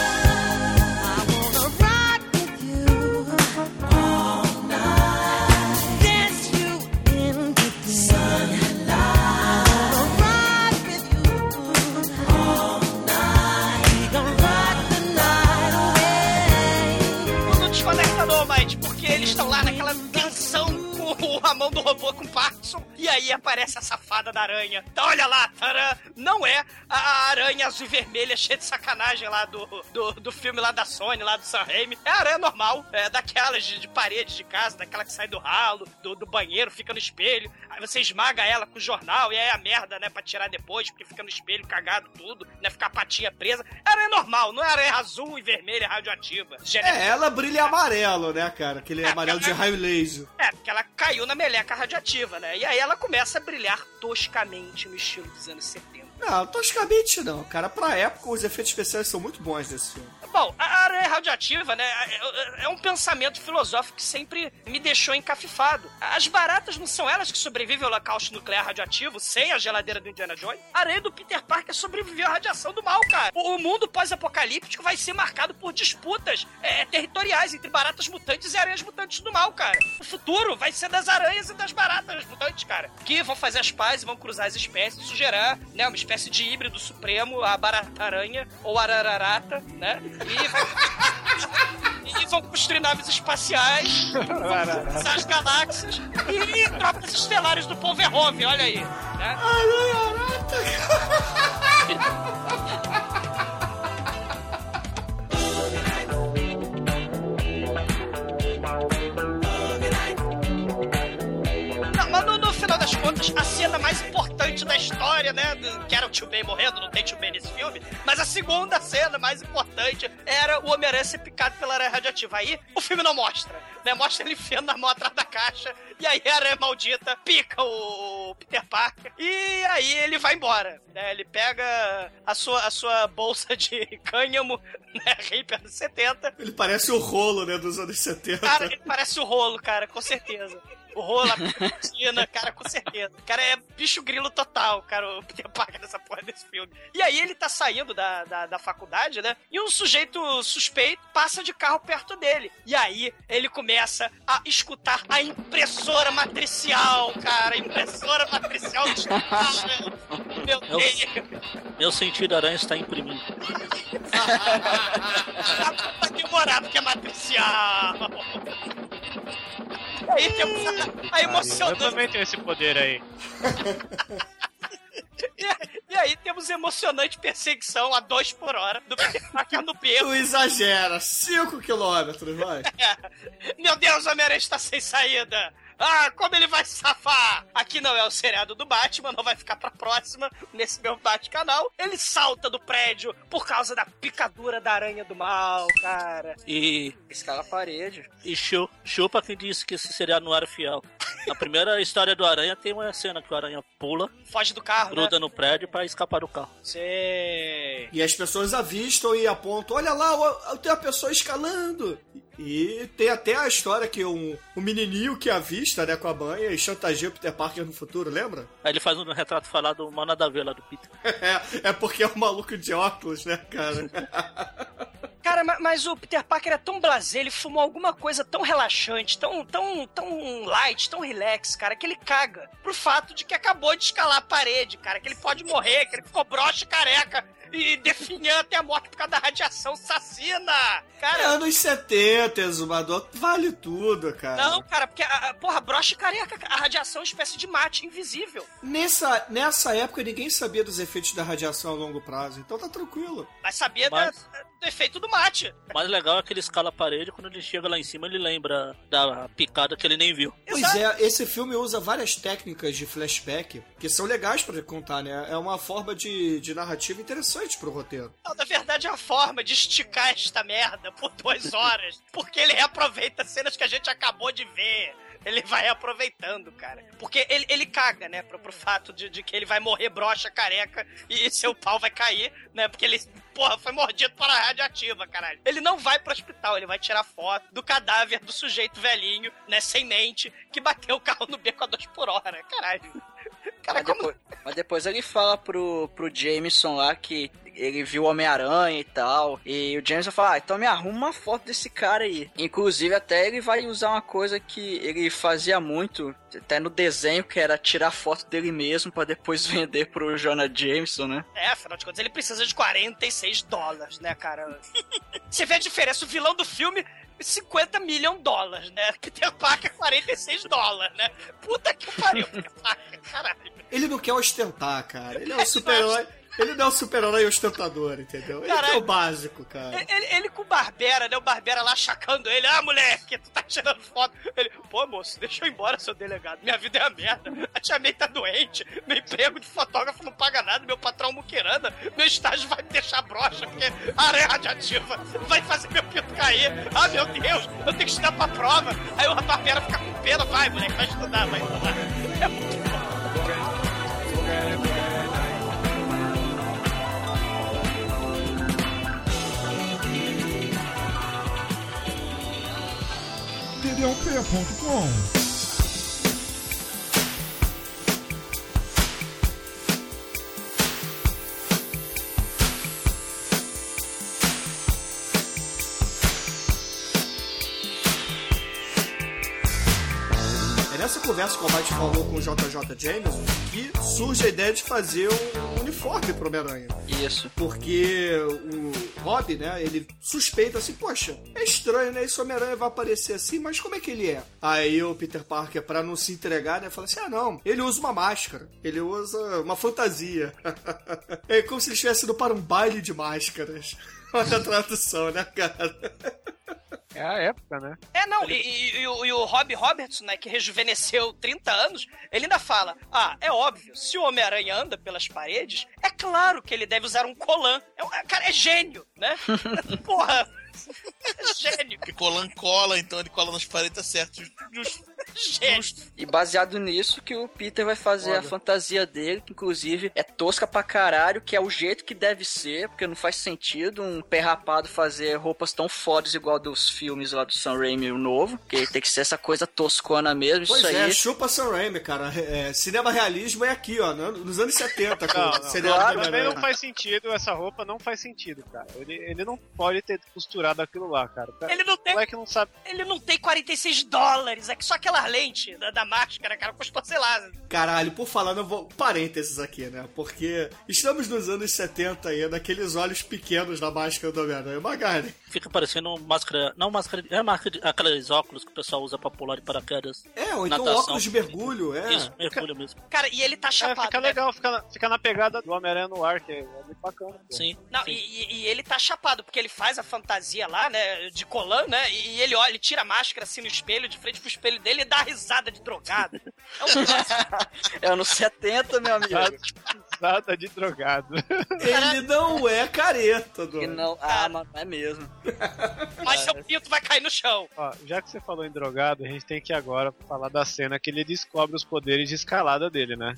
S4: Porque eles estão lá naquela tensão com a mão do robô com o Parkinson. E aí aparece a safada da aranha. Então, olha lá, taran, não é a aranha azul e vermelha cheia de sacanagem lá do filme lá da Sony, lá do Sam Raimi. É a aranha normal, é daquelas de parede de casa, daquela que sai do ralo, do banheiro, fica no espelho. Aí você esmaga ela com o jornal e aí é a merda, né, pra tirar depois, porque fica no espelho cagado tudo, né, ficar a patinha presa. É aranha normal, não é aranha azul e vermelha radioativa.
S6: Ela brilha amarelo, né, cara? Aquele amarelo de raio laser.
S4: Porque ela caiu na meleca radioativa, né? E aí ela começa a brilhar toscamente no estilo dos anos 70.
S6: Não, toscamente não, cara. Pra época, os efeitos especiais são muito bons desse filme.
S4: Bom, a aranha radioativa, né, é um pensamento filosófico que sempre me deixou encafifado. As baratas não são elas que sobrevivem ao holocausto nuclear radioativo sem a geladeira do Indiana Jones? A aranha do Peter Parker sobreviveu à radiação do mal, cara. O mundo pós-apocalíptico vai ser marcado por disputas territoriais entre baratas mutantes e aranhas mutantes do mal, cara. O futuro vai ser das aranhas e das baratas mutantes, cara, que vão fazer as pazes, vão cruzar as espécies, isso gerar, né, uma espécie de híbrido supremo, a barata-aranha ou a arararata, né? E vão construir naves espaciais, vão cruzar as galáxias e tropas estelares do Paul Verhoeven, olha aí, né? No final das contas, a cena mais importante da história, né? Que era o Tio Ben morrendo, não tem Tio Ben nesse filme, mas a segunda cena mais importante era o Homem-Aranha ser picado pela aranha radioativa. Aí o filme não mostra, né? Mostra ele enfiando a mão atrás da caixa, e aí a aranha maldita pica o Peter Parker, e aí ele vai embora, né? Ele pega a sua bolsa de cânhamo, né? Hippie anos 70.
S6: Ele parece o rolo, né? Dos anos 70.
S4: Cara, ele parece o rolo, cara, com certeza. O rolo, a piscina, cara, com certeza. O cara é bicho grilo total, cara, o Peter Parker nessa porra desse filme. E aí ele tá saindo da faculdade, né? E um sujeito suspeito passa de carro perto dele. E aí ele começa a escutar a impressora matricial, cara. Impressora matricial dos caras. Meu Deus.
S9: Meu sentido aranha está imprimindo.
S4: Tá demorado que é matricial. E aí temos a emocionante...
S8: Eu também tenho esse poder aí.
S4: E aí temos emocionante perseguição a 2 por hora do Peter Parker no beco.
S6: Tu exagera, 5 quilômetros, vai.
S4: Meu Deus, o Homem-Aranha está sem saída. Ah, como ele vai se safar? Aqui não é o seriado do Batman, não vai ficar pra próxima, nesse meu Bate-canal. Ele salta do prédio por causa da picadura da aranha do mal, cara.
S9: E
S5: escala a parede.
S9: E chupa quem disse que esse seriado não era fiel. Na primeira história do Aranha tem uma cena que o Aranha pula,
S4: foge do carro,
S9: gruda,
S4: né,
S9: no prédio pra escapar do carro.
S4: Sei.
S6: E as pessoas avistam e apontam, olha lá, tem uma pessoa escalando. E tem até a história que um menininho que avista, né, com a banha e chantageia o Peter Parker no futuro, lembra?
S9: Aí ele faz um retrato falado, mal nada a ver lá do Peter.
S6: É porque é um maluco de óculos, né, cara?
S4: Cara, mas o Peter Parker é tão blasé, ele fumou alguma coisa tão relaxante, tão light, tão relax, cara, que ele caga pro fato de que acabou de escalar a parede, cara, que ele pode morrer, que ele ficou broxa e careca e definhando até a morte por causa da radiação assassina. Cara,
S6: anos 70, Exumador, vale tudo, cara.
S4: não, cara, porque, brocha careca, a radiação é uma espécie de mate invisível.
S6: Nessa época, ninguém sabia dos efeitos da radiação a longo prazo, então tá tranquilo.
S4: Mas sabia
S9: Mas-
S4: do efeito do mate.
S9: O mais legal é que ele escala a parede, quando ele chega lá em cima, ele lembra da picada que ele nem viu.
S6: Pois é, esse filme usa várias técnicas de flashback que são legais pra contar, né? É uma forma de narrativa interessante pro roteiro.
S4: Não, na verdade é uma forma de esticar esta merda por 2 horas. Porque ele reaproveita cenas que a gente acabou de ver. Ele vai aproveitando, cara. Porque ele caga, né? Pro fato de que ele vai morrer broxa, careca e seu pau vai cair, né? Porque ele, foi mordido para a radioativa, caralho. Ele não vai pro hospital, ele vai tirar foto do cadáver do sujeito velhinho, né? Sem mente, que bateu o carro no beco a 2 por hora. Caralho. Cara,
S5: Mas depois ele fala pro Jameson lá que ele viu o Homem-Aranha e tal. E o Jameson fala, então me arruma uma foto desse cara aí. Inclusive, até ele vai usar uma coisa que ele fazia muito, até no desenho, que era tirar foto dele mesmo pra depois vender pro Jonah Jameson, né?
S4: Afinal de contas, ele precisa de $46, né, cara? Você vê a diferença, o vilão do filme... $50 milhões, né? Peter Parker $46, né? Puta que pariu, Peter Parker, caralho.
S6: Ele não quer ostentar, cara. Ele é um super-herói. Ele não é um super-herói ostentador, entendeu? Ele é o básico, cara.
S4: Ele com o Barbera, né? O Barbera lá chacando ele. Ah, moleque, tu tá tirando foto. Ele, pô, moço, deixa eu ir embora, seu delegado. Minha vida é a merda. A tia May tá doente. Meu emprego de fotógrafo não paga nada. Meu patrão muquirana. Meu estágio vai me deixar broxa, porque a areia radiativa vai fazer meu pinto cair. Ah, meu Deus, eu tenho que estudar pra prova. Aí o Barbera fica com pena. Vai, moleque, vai estudar, vai estudar. É muito bom.
S11: td1p.com.
S6: Nessa conversa que o Almighty falou com o JJ Jameson, que surge a ideia de fazer um uniforme pro Homem-Aranha.
S5: Isso.
S6: Porque o Rob, né, ele suspeita assim, poxa, é estranho, né, esse Homem-Aranha vai aparecer assim, mas como é que ele é? Aí o Peter Parker, pra não se entregar, né, fala assim, não, ele usa uma máscara, ele usa uma fantasia. É como se ele estivesse indo para um baile de máscaras. Olha a tradução, né, cara?
S8: É a época, né?
S4: Não, e o Rob Robertson, né, que rejuvenesceu 30 anos, ele ainda fala, é óbvio, se o Homem-Aranha anda pelas paredes, é claro que ele deve usar um colã. Cara, é gênio, né? Porra, é gênio.
S7: Porque Colan cola, então ele cola nas paredes, tá certo.
S4: Gênio.
S5: E baseado nisso que o Peter vai fazer a fantasia dele, que inclusive é tosca pra caralho, que é o jeito que deve ser, porque não faz sentido um pé rapado fazer roupas tão fodas igual dos filmes lá do Sam Raimi, o novo, que tem que ser essa coisa toscona mesmo,
S6: pois
S5: isso aí.
S6: Chupa Sam Raimi, cara. Cinema realismo é aqui, ó, nos anos 70.
S8: Claro, também não faz sentido, essa roupa não faz sentido, cara. Ele não pode ter costurado aquilo lá, cara.
S4: Ele não tem...
S8: que não sabe.
S4: Ele não tem $46, é que só aquela lente da máscara, cara, custou, sei lá.
S6: Caralho, por falar, não vou... Parênteses aqui, né? Porque estamos nos anos 70 aí, naqueles olhos pequenos da máscara do Homem-Aranha. Magari.
S9: Fica parecendo máscara... Não, máscara... É máscara... Aqueles óculos que o pessoal usa pra pular de paraquedas.
S6: Ou então
S9: natação.
S6: óculos de mergulho,
S9: Isso, mergulho mesmo.
S4: Cara, e ele tá chapado,
S8: fica legal, fica na pegada do Homem-Aranha no ar, que é muito bacana. Pô.
S9: Sim.
S4: Não,
S9: sim.
S4: E ele tá chapado, porque ele faz a fantasia lá, né, de Colan, né, e ele olha, ele tira a máscara assim no espelho, de frente pro espelho dele e dá risada de drogado.
S5: É anos 70, meu amigo.
S8: Risada de drogado.
S6: Ele não é careta,
S5: Que não, mas é mesmo.
S4: Mas seu pinto vai cair no chão.
S8: Ó, já que você falou em drogado, a gente tem que agora falar da cena que ele descobre os poderes de escalada dele, né?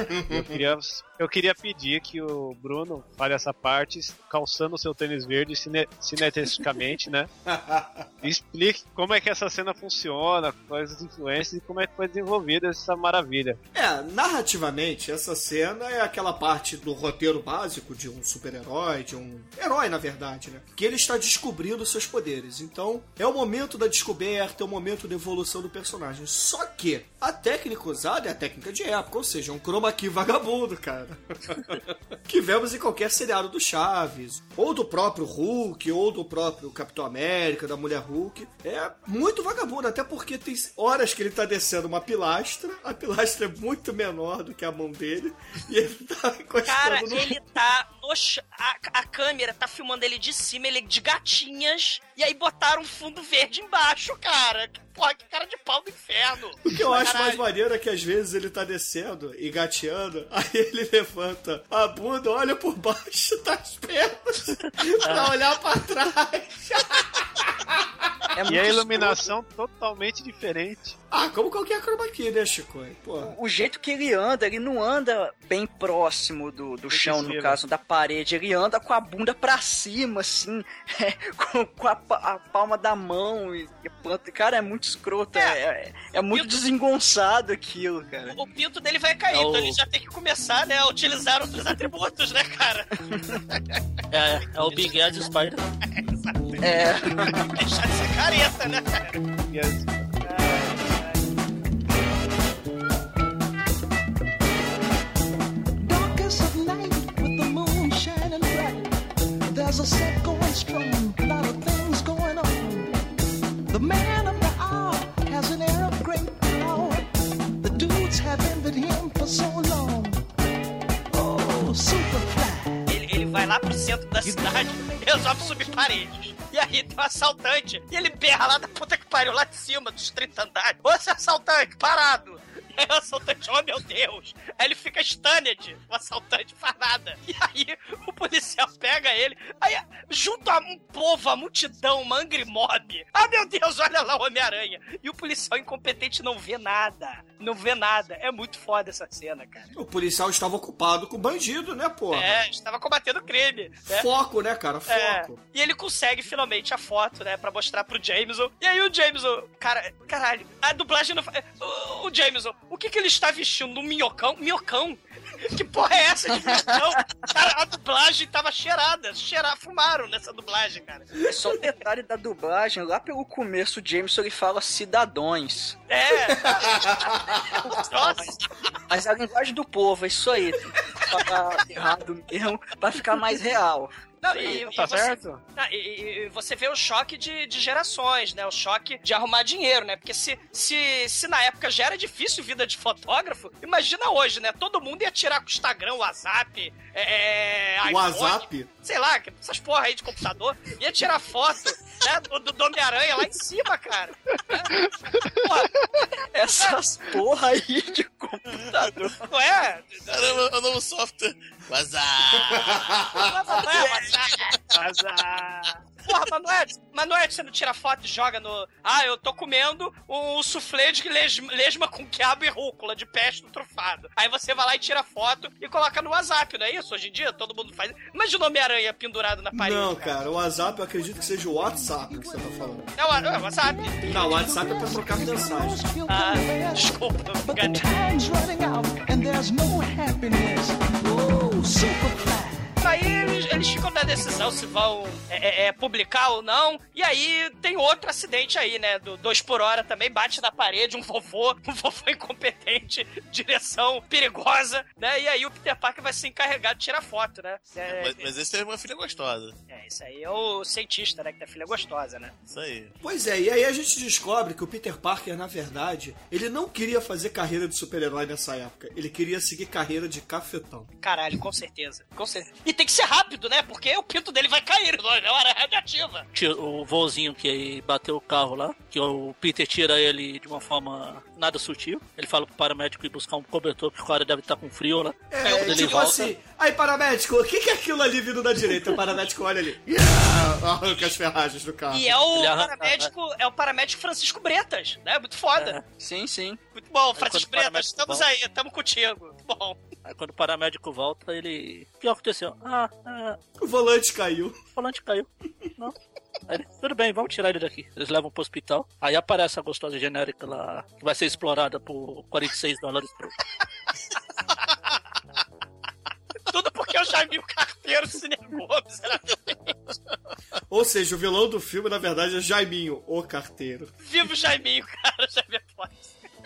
S8: Eu queria pedir que o Bruno fale essa parte calçando o seu tênis verde cinetisticamente, né? E explique como é que essa cena funciona, quais as influências e como é que foi desenvolvida essa maravilha.
S6: Narrativamente, essa cena é aquela aquela parte do roteiro básico de um super-herói, de um herói, na verdade, né? Que ele está descobrindo seus poderes. Então, é o momento da descoberta, é o momento da evolução do personagem. Só que a técnica usada é a técnica de época, ou seja, um chroma key vagabundo, cara. Que vemos em qualquer seriado do Chaves, ou do próprio Hulk, ou do próprio Capitão América, da Mulher Hulk. É muito vagabundo, até porque tem horas que ele tá descendo uma pilastra, a pilastra é muito menor do que a mão dele, e ele tá encostando
S11: Cara,
S6: no...
S11: ele tá no a câmera tá filmando ele de cima, ele de gatinhas, e aí botaram um fundo verde embaixo, cara. Porra, que cara de pau do inferno.
S6: O que eu acho mais maneiro é que às vezes ele tá descendo e gateando, aí ele levanta a bunda, olha por baixo das pernas pra olhar pra trás.
S8: E a iluminação totalmente diferente.
S6: Ah, como qualquer chroma key, né, Chico? Pô.
S5: O jeito que ele não anda bem próximo do chão, no caso, da parede. Ele anda com a bunda pra cima, assim, com a palma da mão. Cara, é muito escroto. É muito desengonçado aquilo, cara.
S11: O pinto dele vai cair, então ele já tem que começar, né, a utilizar outros atributos, né, cara?
S9: É o Big Ed Spider.
S11: Deixar de ser careta, né, cara?
S10: Darkest of night with the moon shining bright. There's a set going strong, a lot of things going on. The man of the hour has an air of great power. The dudes have envied him for so long. Oh, Superfly.
S11: Ele vai lá pro centro da cidade e resolve subir paredes. E aí tem um assaltante e ele berra lá da puta que pariu, lá de cima dos 30 andares. Ô, esse assaltante, parado! E aí o assaltante, oh meu Deus! Aí ele fica stunned, o assaltante faz nada. E aí o policial pega ele, aí junto a um povo, a multidão, uma angry mob. Ah, meu Deus, olha lá o Homem-Aranha. E o policial incompetente não vê nada. Não vê nada. É muito foda essa cena, cara.
S6: O policial estava ocupado com o bandido, né, porra?
S11: Estava combatendo o crime. Né?
S6: Foco, né, cara? Foco.
S11: E ele consegue finalmente a foto, né, pra mostrar pro Jameson. E aí o Jameson, caralho, a dublagem não... O Jameson, o que ele está vestindo? Um minhocão? Minhocão? Que porra é essa de minhocão? Cara, a dublagem tava cheirada. Fumaram nessa dublagem, cara.
S5: É só um detalhe da dublagem. Lá pelo começo, o Jameson ele fala cidadões.
S11: Nossa.
S5: Mas a linguagem do povo, é isso aí. Tem que falar errado mesmo pra ficar mais real.
S11: Não,
S8: certo?
S11: E você vê o choque de gerações, né? O choque de arrumar dinheiro, né? Porque se na época já era difícil vida de fotógrafo, imagina hoje, né? Todo mundo ia tirar com o Instagram, o WhatsApp,
S6: WhatsApp?
S11: Sei lá, essas porra aí de computador. Ia tirar foto, né? Do Homem-Aranha lá em cima, cara. Porra.
S5: Essas porra aí de computador.
S11: Não é?
S7: Caramba, é o novo software. WhatsApp.
S11: Porra, mas não é que você não tira foto e joga no... eu tô comendo um soufflé de lesma com quiabo e rúcula de pesto trufado. Aí você vai lá e tira foto e coloca no WhatsApp, não é isso? Hoje em dia todo mundo faz. Imagina o Homem-Aranha pendurado na parede.
S6: Não, cara, o WhatsApp eu acredito que seja o WhatsApp que você tá falando.
S11: É o WhatsApp.
S6: Não, o WhatsApp é pra trocar mensagem.
S11: Desculpa, não me enganei.
S10: Time's running out and there's no happiness. Oh, Superfly.
S11: Aí eles ficam na decisão se vão publicar ou não. E aí tem outro acidente aí, né? Do 2 por hora também, bate na parede, um vovô incompetente, direção perigosa, né? E aí o Peter Parker vai ser encarregado de tirar foto, né?
S7: Mas esse é uma filha gostosa.
S11: Isso aí é o cientista, né? Que tem a filha gostosa, né?
S7: Isso aí.
S6: Pois é, e aí a gente descobre que o Peter Parker, na verdade, ele não queria fazer carreira de super-herói nessa época. Ele queria seguir carreira de cafetão.
S11: Caralho, com certeza. Com certeza. E tem que ser rápido, né? Porque o pinto dele vai cair, não é hora radioativa.
S9: O vozinho que bateu o carro lá, que o Peter tira ele de uma forma nada sutil. Ele fala pro paramédico ir buscar um cobertor, porque o cara deve estar com frio lá.
S6: Ele tipo volta... assim, aí paramédico, o que é aquilo ali vindo da direita? O paramédico olha ali, arranca as ferragens do carro.
S11: E é o paramédico Francisco Bretas, né? Muito foda.
S5: Sim.
S11: Muito bom, Francisco Bretas, estamos aí, estamos contigo. Muito bom.
S9: Aí quando o paramédico volta, ele... O que aconteceu?
S6: O volante caiu.
S9: O volante caiu. Não. Aí, tudo bem, vamos tirar ele daqui. Eles levam pro hospital. Aí aparece a gostosa genérica lá, que vai ser explorada por $46 por...
S11: Jaiminho Carteiro se negou, miseravelmente.
S6: Ou seja, o vilão do filme, na verdade, é Jaiminho, o carteiro.
S11: Viva o Jaiminho, cara, Jaiminho é foda.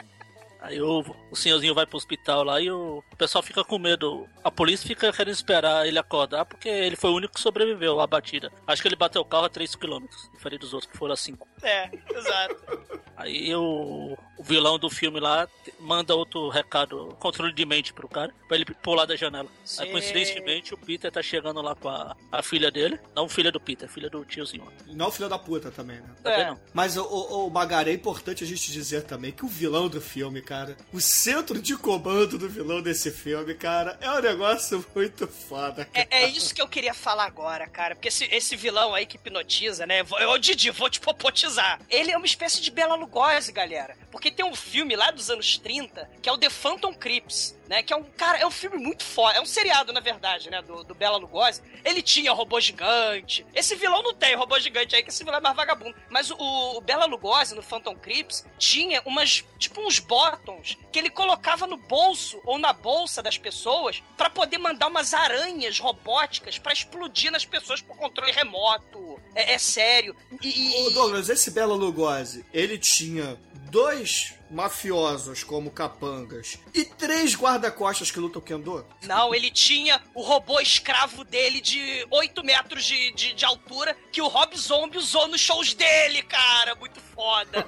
S9: Aí o senhorzinho vai pro hospital lá e o pessoal fica com medo. A polícia fica querendo esperar ele acordar porque ele foi o único que sobreviveu à batida. Acho que ele bateu o carro a 3 km, diferente dos outros que foram a 5.
S11: É, exato.
S9: Aí o vilão do filme lá manda outro recado, controle de mente pro cara, pra ele pular da janela.
S11: Sim.
S9: Aí coincidentemente o Peter tá chegando lá com a filha dele. Não filha do Peter, filha do tiozinho.
S6: Não filha da puta também, né?
S9: Também não.
S6: Mas, o Magari, é importante a gente dizer também que o vilão do filme, cara, o centro de comando do vilão desse filme, cara, é um negócio muito foda, cara.
S11: É isso que eu queria falar agora, cara, porque esse vilão aí que hipnotiza, né? Ô, Didi, vou te popotizar. Ele é uma espécie de Bela Lugosi, galera. Porque tem um filme lá dos anos 30, que é o The Phantom Crips, né? Que é um filme muito foda. É um seriado, na verdade, né? Do Bela Lugosi. Ele tinha robô gigante. Esse vilão não tem robô gigante aí, que esse vilão é mais vagabundo. Mas o Bela Lugosi, no Phantom Crips, tinha uns bottoms que ele colocava no bolso ou na bolsa das pessoas pra poder mandar umas aranhas robóticas pra explodir nas pessoas por controle remoto. É sério.
S6: Ô, Douglas, esse Bela Lugosi, ele tinha 2 mafiosos como capangas e 3 guarda-costas que lutam Kendo?
S11: Não, ele tinha o robô escravo dele de 8 metros de altura que o Rob Zombie usou nos shows dele, cara. Muito foda.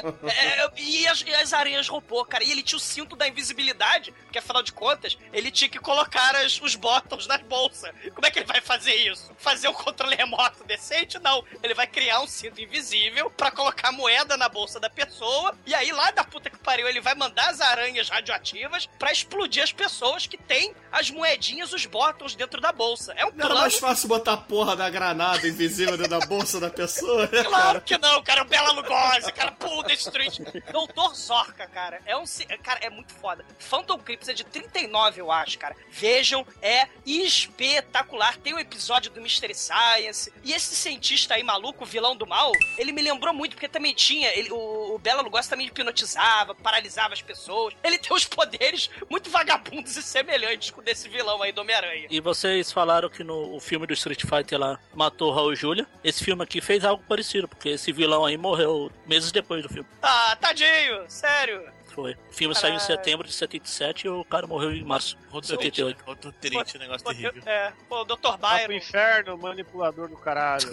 S11: Né? E as aranhas robô, cara. E ele tinha o cinto da invisibilidade, porque afinal de contas, ele tinha que colocar os botões nas bolsas. Como é que ele vai fazer isso? Fazer um controle remoto decente? Não. Ele vai criar um cinto invisível pra colocar moeda na bolsa da pessoa e aí lá da puta que pariu, ele vai mandar as aranhas radioativas pra explodir as pessoas que têm as moedinhas, os botões dentro da bolsa. É um plano...
S6: Não era mais fácil botar a porra da granada invisível dentro da bolsa da pessoa, né,
S11: Claro que não, cara. O Bela Lugosi, cara. Pull the Street. Doutor Zorca, cara. Cara, é muito foda. Phantom Crips é de 39, eu acho, cara. Vejam, é espetacular. Tem um episódio do Mystery Science. E esse cientista aí, maluco, o vilão do mal, ele me lembrou muito, porque também tinha... O Bela Lugosi também hipnotizava, paralisava as pessoas. Ele tem os poderes muito vagabundos e semelhantes com desse vilão aí do Homem-Aranha.
S9: E vocês falaram que no filme do Street Fighter lá matou o Raul Julia. Esse filme aqui fez algo parecido, porque esse vilão aí morreu meses depois do filme.
S11: Ah, tadinho, sério.
S9: Foi. O filme saiu em setembro de 77 e o cara morreu em março de 78.
S7: Outro triste, um negócio terrível.
S11: O Dr.
S8: Vai
S11: Byron.
S8: pro inferno, manipulador do caralho.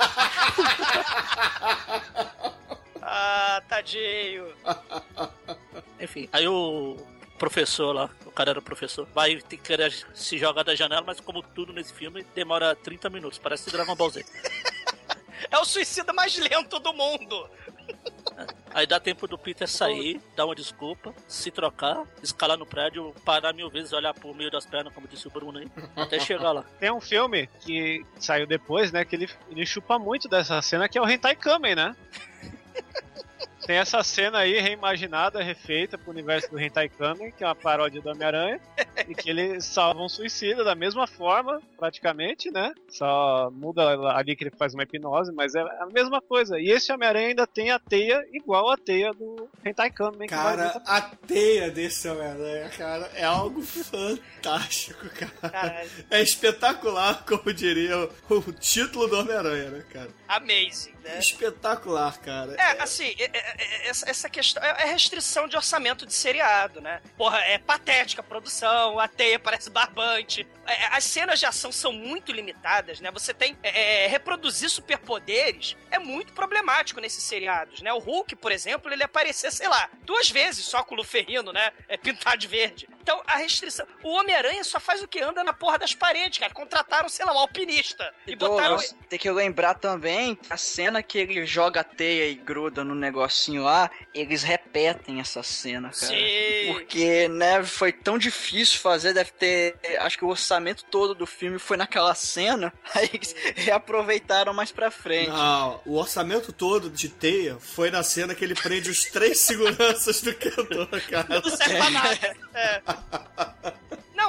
S11: Ah, tadinho.
S9: Enfim, aí o professor lá, o cara era o professor, vai ter que querer se jogar da janela, mas como tudo nesse filme, demora 30 minutos, parece Dragon Ball Z.
S11: É o suicida mais lento do mundo.
S9: Aí dá tempo do Peter sair, dar uma desculpa, se trocar, escalar no prédio, parar 1000 vezes, olhar pro meio das pernas, como disse o Bruno aí, até chegar lá.
S8: Tem um filme que saiu depois, né, que ele chupa muito dessa cena, que é o Hentai Kamen, né? Tem essa cena aí reimaginada, refeita pro universo do Hentai Kamen, que é uma paródia do Homem-Aranha, e que ele salva um suicida da mesma forma, praticamente, né? Só muda ali que ele faz uma hipnose, mas é a mesma coisa. E esse Homem-Aranha ainda tem a teia igual a teia do Hentai Kamen.
S6: Cara, a teia desse Homem-Aranha, cara, é algo fantástico, cara.
S11: Caralho.
S6: É espetacular, como diria o título do Homem-Aranha, né, cara?
S11: Amazing, né?
S6: Espetacular, cara.
S11: Assim, essa questão é restrição de orçamento de seriado, né? Porra, é patética a produção, a teia parece barbante. As cenas de ação são muito limitadas, né? Você tem... reproduzir superpoderes é muito problemático nesses seriados, né? O Hulk, por exemplo, ele aparecer, sei lá, 2 vezes só com o Luferrino, né? Pintado de verde. Então, a restrição... O Homem-Aranha só faz o que anda na porra das paredes, cara. Contrataram, sei lá, um alpinista. E botaram...
S5: Tem que lembrar também a cena que ele joga a teia e gruda no negocinho lá, eles repetem essa cena, cara.
S11: Sim.
S5: Porque, né, foi tão difícil fazer, deve ter... Acho que o orçamento todo do filme foi naquela cena, aí eles reaproveitaram mais pra frente.
S6: Não, o orçamento todo de teia foi na cena que ele prende os 3 seguranças do Kendo, cara.
S11: Não serve pra nada. Não,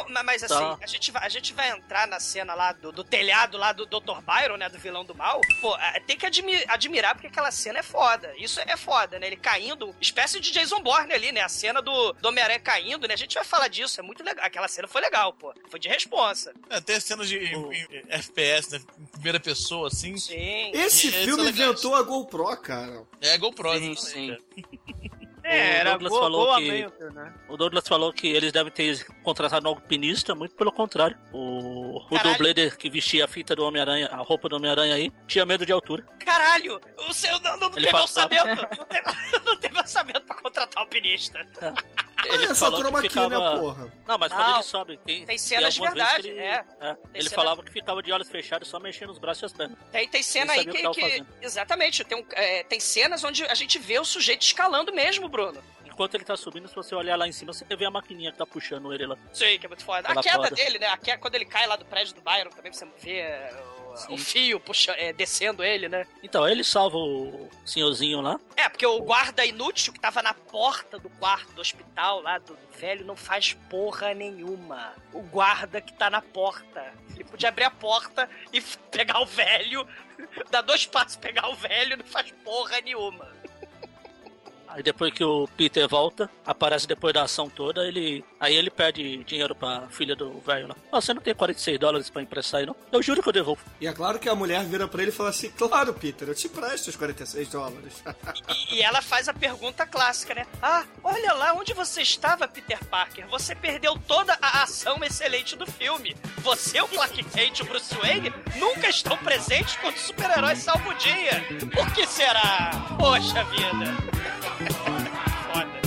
S4: Mas assim, a gente vai entrar na cena lá do telhado lá do Dr. Byron, né? Do vilão do mal. Pô, tem que admirar porque aquela cena é foda. Isso é foda, né? Ele caindo, espécie de Jason Bourne ali, né? A cena do Homem-Aranha caindo, né? A gente vai falar disso, é muito legal. Aquela cena foi legal, pô. Foi de responsa.
S7: Tem cenas de FPS, né? Em primeira pessoa, assim.
S4: Sim.
S6: Esse filme inventou a GoPro, cara.
S7: É a GoPro,
S5: sim.
S8: Era
S9: O Douglas falou que eles devem ter contratado um alpinista, muito pelo contrário. O dublê que vestia a fita do Homem-Aranha, a roupa do Homem-Aranha aí, tinha medo de altura.
S4: Caralho! O seu não teve orçamento! Não teve orçamento pra contratar um alpinista.
S9: Ele falou que ficava...
S6: porra.
S9: Não, mas quando ele sobe...
S4: Tem cenas de verdade,
S9: Ele falava que ficava de olhos fechados, só mexendo os braços e as pernas.
S4: Tem cena aí que exatamente, tem cenas onde a gente vê o sujeito escalando mesmo, Bruno.
S9: Enquanto ele tá subindo, se você olhar lá em cima, você vê a maquininha que tá puxando ele lá.
S4: Sim, que é muito foda. A queda dele, né? Quando ele cai lá do prédio do Byron, também você vê o fio descendo ele, né?
S9: Então, ele salva o senhorzinho lá.
S4: Porque o guarda inútil que tava na porta do quarto do hospital lá do velho não faz porra nenhuma. O guarda que tá na porta. Ele podia abrir a porta e pegar o velho, dar 2 passos pegar o velho, não faz porra nenhuma.
S9: Aí depois que o Peter volta, aparece depois da ação toda, aí ele pede dinheiro pra filha do velho lá. Você não tem $46 pra emprestar aí, não? Eu juro que eu devolvo.
S6: E é claro que a mulher vira pra ele e fala assim, claro, Peter, eu te empresto os $46.
S4: E ela faz a pergunta clássica, né? Olha lá onde você estava, Peter Parker. Você perdeu toda a ação excelente do filme. Você, o Clark Kent e o Bruce Wayne nunca estão presentes quando os super-heróis salvam o dia. Por que será? Poxa vida. Foda.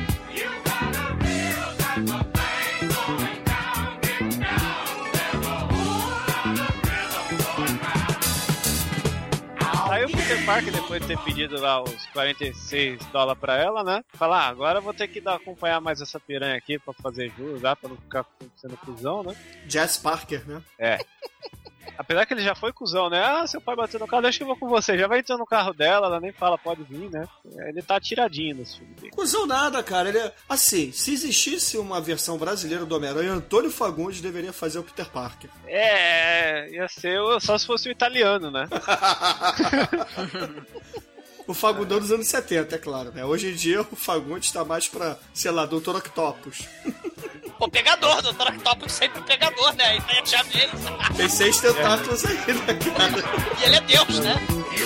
S8: Aí o Peter Parker, depois de ter pedido lá os $46 pra ela, né? Fala, agora eu vou ter que acompanhar mais essa piranha aqui pra fazer juros, pra não ficar sendo cuzão, né?
S6: Jess Parker, né?
S8: Apesar que ele já foi cuzão, né? Seu pai bateu no carro, deixa que eu vou com você. Já vai entrando no carro dela, ela nem fala, pode vir, né? Ele tá atiradinho nesse filme dele.
S6: Cuzão nada, cara. Ele assim, se existisse uma versão brasileira do Homem-Aranha, Antônio Fagundes deveria fazer o Peter Parker.
S8: Ia ser só se fosse o italiano, né?
S6: O Fagundão dos anos 70, é claro, né? Hoje em dia o Fagundes tá mais pra, sei lá, Dr. Octopus.
S4: O pegador, o Dr. Octopus sempre pegador, né? E tem a chave dele.
S6: Tem 6 tentáculos aí, né, cara?
S4: E ele é Deus, né?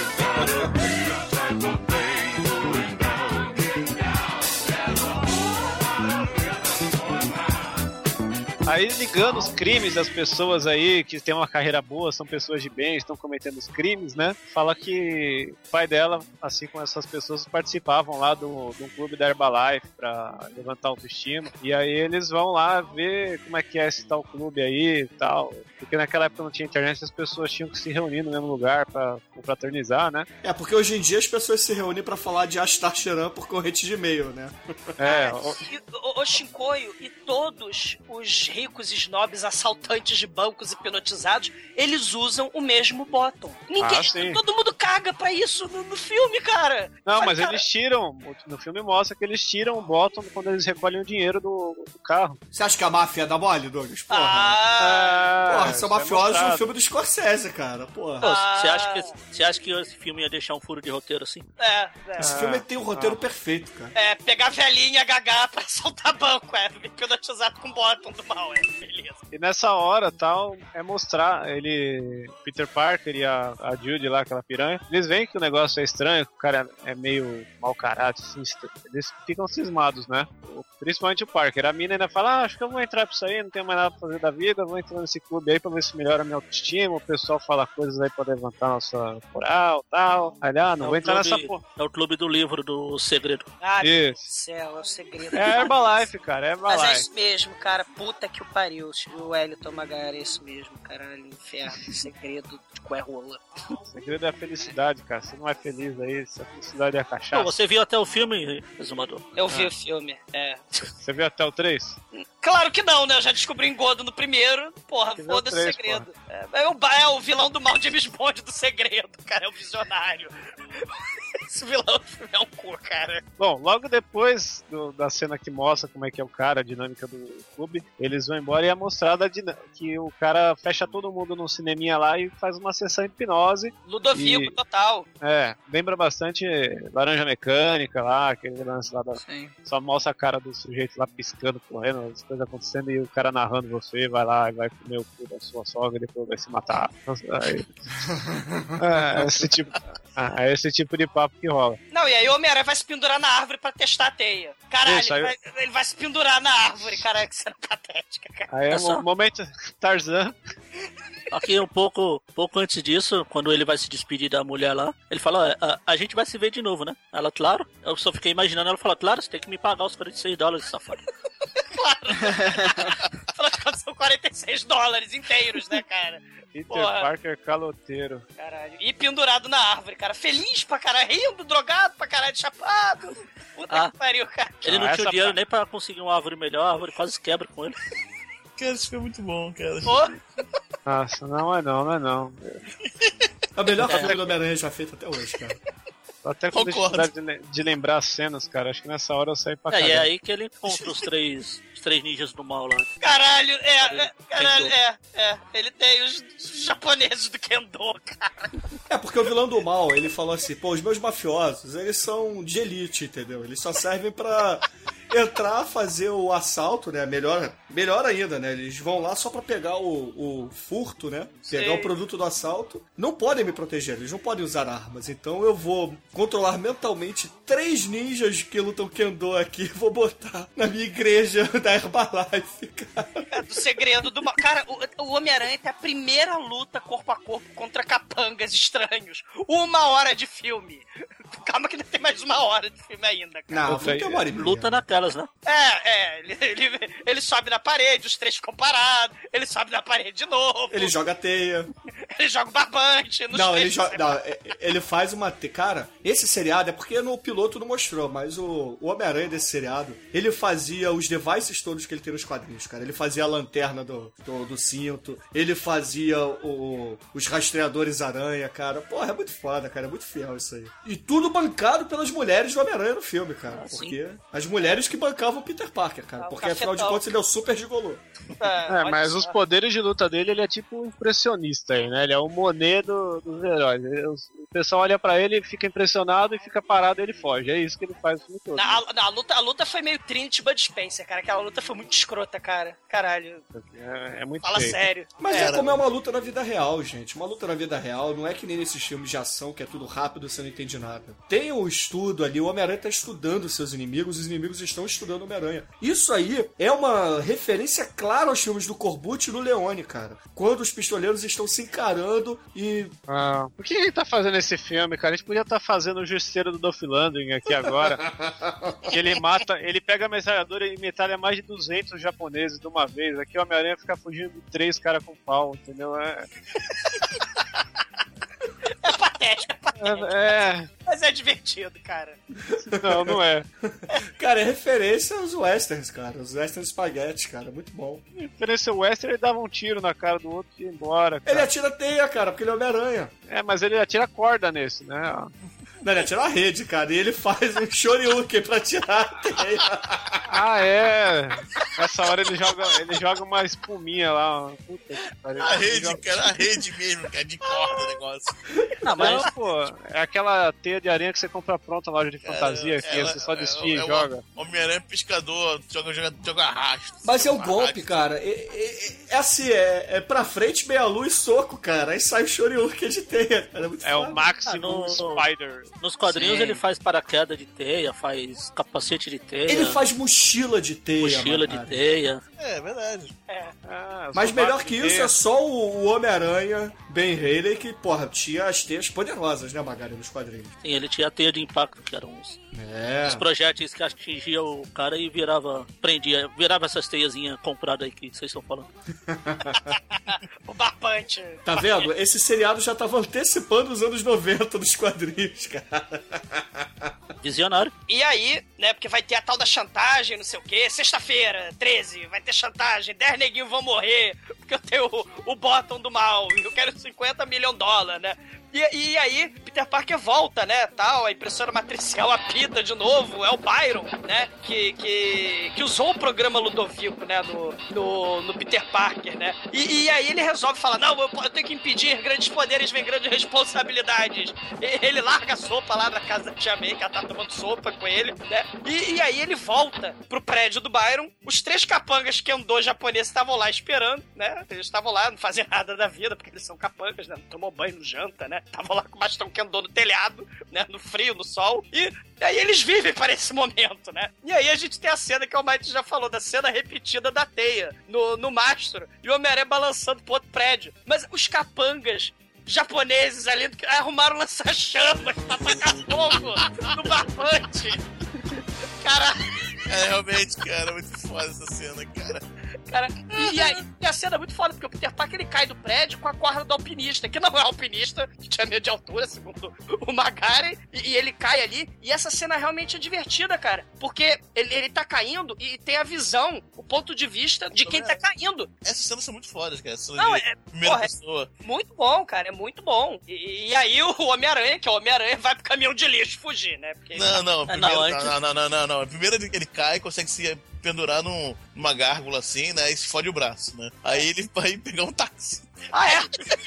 S8: Aí ligando os crimes das pessoas aí que tem uma carreira boa, são pessoas de bem, estão cometendo os crimes, né? Fala que o pai dela, assim como essas pessoas, participavam lá de um clube da Herbalife pra levantar autoestima. E aí eles vão lá ver como é que é esse tal clube aí e tal. Porque naquela época não tinha internet, as pessoas tinham que se reunir no mesmo lugar pra confraternizar, né?
S6: Porque hoje em dia as pessoas se reúnem pra falar de Astar Sheran por corrente de e-mail, né?
S4: O Shinkoio e todos os ricos snobs, assaltantes de bancos hipnotizados, eles usam o mesmo bottom. Todo mundo caga pra isso no filme, cara.
S8: Não, mas eles tiram, no filme mostra que eles tiram o bottom quando eles recolhem o dinheiro do carro.
S6: Você acha que a máfia dá mole, Douglas? Porra, são mafiosos no filme do Scorsese, cara. Porra.
S9: Você acha que esse filme ia deixar um furo de roteiro assim?
S6: Esse filme tem um roteiro perfeito, cara.
S4: Pegar velhinha gaga pra assaltar banco, hipnotizado com bottom do mal, beleza.
S8: E nessa hora, tal, mostrar Peter Parker e a Judy lá, aquela piranha, eles veem que o negócio é estranho, que o cara é meio mau caráter, assim, eles ficam cismados, né? Principalmente o Parker. A mina ainda fala, acho que eu vou entrar pra isso aí, não tenho mais nada pra fazer da vida, vou entrar nesse clube aí pra ver se melhora a minha autoestima, o pessoal fala coisas aí pra levantar nossa moral, tal. Aí, não vou entrar nessa porra.
S9: É o clube do livro do segredo.
S4: Meu céu, é o segredo.
S8: É Herbalife, cara, é Herbalife.
S4: Mas é isso mesmo, cara, puta que o pariu, o Elton Magara, é isso mesmo, caralho, inferno, segredo de coerrola.
S8: O segredo é a felicidade, cara, você não é feliz aí, se a felicidade é a cachaça.
S9: Você viu até o filme, Resumador?
S4: Eu vi o filme,
S8: Você viu até o 3?
S4: Claro que não, né? Eu já descobri engodo no primeiro, Porra,
S8: Quer ver
S4: foda-se o
S8: três,
S4: segredo. É o vilão do mal James Bond do segredo, cara. É o visionário. Esse vilão do filme é um cu, cara.
S8: Bom, logo depois da cena que mostra como é que é o cara, a dinâmica do clube, eles vão embora e é mostrada que o cara fecha todo mundo num cineminha lá e faz uma sessão de hipnose.
S4: Ludovico, total.
S8: Lembra bastante Laranja Mecânica lá, aquele lance lá da...
S5: Sim.
S8: Só mostra a cara do sujeito lá piscando, correndo, as coisas acontecendo e o cara narrando você, vai lá e vai comer o cu da sua sogra e depois vai se matar. Esse tipo de papo que rola.
S4: Não, e aí o Homem-Aranha vai se pendurar na árvore pra testar a teia. Caralho,
S8: Isso, aí...
S4: ele vai se pendurar na árvore. Caralho, que cena patética, cara.
S8: Aí é um momento Tarzan.
S9: Aqui um pouco antes disso, quando ele vai se despedir da mulher lá, ele fala, a gente vai se ver de novo, né? Ela, claro. Eu só fiquei imaginando, ela fala, claro, você tem que me pagar os $46, safado.
S4: Claro. Afinal de contas, são $46 inteiros, né, cara?
S8: Peter Parker caloteiro.
S4: Caralho. E pendurado na árvore, cara. Feliz pra caralho, rindo, drogado pra caralho, chapado. Puta que pariu, cara.
S9: Ele não tinha dinheiro nem pra conseguir uma árvore melhor, a árvore quase quebra com ele.
S7: Cara, isso foi muito bom, cara.
S8: Nossa, não é não.
S6: É o melhor filme do Homem-Aranha já feito até hoje, cara.
S8: Tô até com dificuldade de lembrar as cenas, cara. Acho que nessa hora eu saí pra caralho.
S9: E é aí que ele encontra os três ninjas do mal lá.
S4: Caralho, ele tem os japoneses do Kendo, cara.
S6: É, porque o vilão do mal, ele falou assim, pô, os meus mafiosos, eles são de elite, entendeu? Eles só servem pra entrar, fazer o assalto, né? Melhor ainda, né? Eles vão lá só pra pegar o furto, né? Pegar o produto do assalto. Não podem me proteger, eles não podem usar armas. Então eu vou controlar mentalmente 3 ninjas que lutam Kendo aqui, vou botar na minha igreja da Herbalife, cara.
S4: Do segredo do mal. Cara, o Homem-Aranha tem a primeira luta corpo a corpo contra capangas estranhos. 1 hora de filme. Calma que ainda tem mais 1 hora de filme ainda, cara.
S6: Não, tem 1h30.
S9: Luta naquelas, né?
S4: Ele sobe na parede, os 3 ficam parados, ele sobe na parede de novo.
S6: Ele joga teia.
S4: Ele joga o barbante.
S6: Ele faz uma teia. Cara, esse seriado é porque no piloto não mostrou, mas o Homem-Aranha desse seriado, ele fazia os devices todos que ele tem nos quadrinhos, cara. Ele fazia a lanterna do cinto, ele fazia os rastreadores aranha, cara. Porra, é muito foda, cara. É muito fiel isso aí. E tudo bancado pelas mulheres do Homem-Aranha no filme, cara. Porque as mulheres que bancavam o Peter Parker, cara. Porque afinal de contas ele é o super gigolô.
S8: Mas os poderes de luta dele, ele é tipo um impressionista aí, né? Ele é o Monet dos heróis. O pessoal olha pra ele, fica impressionado e fica parado e ele foge. É isso que ele faz o filme todo.
S4: A luta foi meio Trinity Bud Spencer, cara. Aquela luta foi muito escrota, cara. Caralho.
S8: É muito
S4: Fala
S8: feio.
S4: sério.
S6: Mas é como é uma luta na vida real, gente. Uma luta na vida real não é que nem nesses filmes de ação que é tudo rápido e você não entende nada. Tem um estudo ali, o Homem-Aranha tá estudando seus inimigos, os inimigos estão estudando o Homem-Aranha. Isso aí é uma referência clara aos filmes do Corbucci e do Leone, cara. Quando os pistoleiros estão se encarando e...
S8: Por que ele tá fazendo esse filme, cara? A gente podia estar fazendo o Justiceiro do Dolph Lundgren aqui agora. Que ele pega a metralhadora e metralha mais de 200 japoneses de uma vez. Aqui o Homem-Aranha fica fugindo de 3 caras com pau, entendeu?
S4: É patético. Mas é divertido, cara.
S8: Não é.
S6: Cara, é referência aos westerns, cara. Os westerns spaghetti, cara. Muito bom.
S8: Referência ao western, ele dava um tiro na cara do outro e ia embora, cara.
S6: Ele atira teia, cara, porque ele é Homem-Aranha.
S8: Mas ele atira corda nesse, né?
S6: Não, ele atira a rede, cara, e ele faz um shoryuken pra tirar a teia.
S8: Nessa hora ele joga uma espuminha lá. Puta que pariu.
S7: A rede mesmo, cara, de corda o negócio.
S8: Não, pô, é aquela teia de aranha que você compra pronta na loja de fantasia, que você só desfia e joga.
S7: Homem-Aranha pescador, joga arrasto.
S6: Mas é o golpe, cara. É assim, é pra frente, meia luz, soco, cara. Aí sai o shoryuken de teia, cara. É
S8: o Maximum Spider.
S9: Nos quadrinhos ele faz paraquedas de teia, faz capacete de teia.
S6: Ele faz mochila de teia.
S9: Mochila de teia.
S7: É verdade.
S6: Mas melhor que isso é só o Homem-Aranha Ben Reilly que, porra, tinha as teias poderosas, né, Magari, nos quadrinhos.
S9: Sim, ele tinha a teia de impacto, que eram os projéteis que atingia o cara e virava essas teiazinhas compradas aí que vocês estão falando.
S4: O barbante.
S6: Tá vendo? Esse seriado já tava antecipando os anos 90 dos quadrinhos, cara.
S9: Visionário.
S11: E aí, né, porque vai ter a tal da chantagem, não sei o quê. Sexta-feira, 13, vai ter chantagem, 10 neguinhos vão morrer, porque eu tenho o bottom do mal, e eu quero $50 milhões, né? E aí, Peter Parker volta, né, tal, a impressora matricial apita de novo, é o Byron, né, que usou o programa Ludovico, né, no Peter Parker, né, e aí ele resolve falar, não, eu tenho que impedir, grandes poderes vem grandes responsabilidades. Ele larga a sopa lá na casa da Tia May, que ela tá tomando sopa com ele, né, e aí ele volta pro prédio do Byron, os 3 capangas Kendo japoneses estavam lá esperando, né, eles estavam lá, não fazem nada da vida, porque eles são capangas, né, não tomam banho, não janta, né, estavam lá com o bastão Kendo no telhado, né, no frio, no sol, e aí eles vivem para esse momento, né? E aí a gente tem a cena que o Mike já falou, da cena repetida da teia, no mastro, e o Homem-Aranha balançando pro outro prédio. Mas os capangas japoneses ali arrumaram lança-chamas pra tacar fogo no barbante. Cara...
S7: É, realmente, cara, muito foda essa cena, cara.
S11: Cara, e aí a cena é muito foda, porque o Peter Parker ele cai do prédio com a corda do alpinista, que não é alpinista, que tinha medo de altura, segundo o Magari, e ele cai ali, e essa cena realmente é divertida, cara, porque ele tá caindo e tem a visão, o ponto de vista de quem tá caindo.
S7: Essas cenas são muito fodas, cara.
S11: Não,
S7: Primeira pessoa.
S11: Muito bom, cara, é muito bom. E aí o Homem-Aranha, que é o Homem-Aranha, vai pro caminhão de lixo fugir, né? Porque
S7: Não. Primeiro ele cai e consegue se pendurar numa gárgula assim, né? E se fode o braço, né? Aí ele vai pegar um táxi.
S11: Ah, é?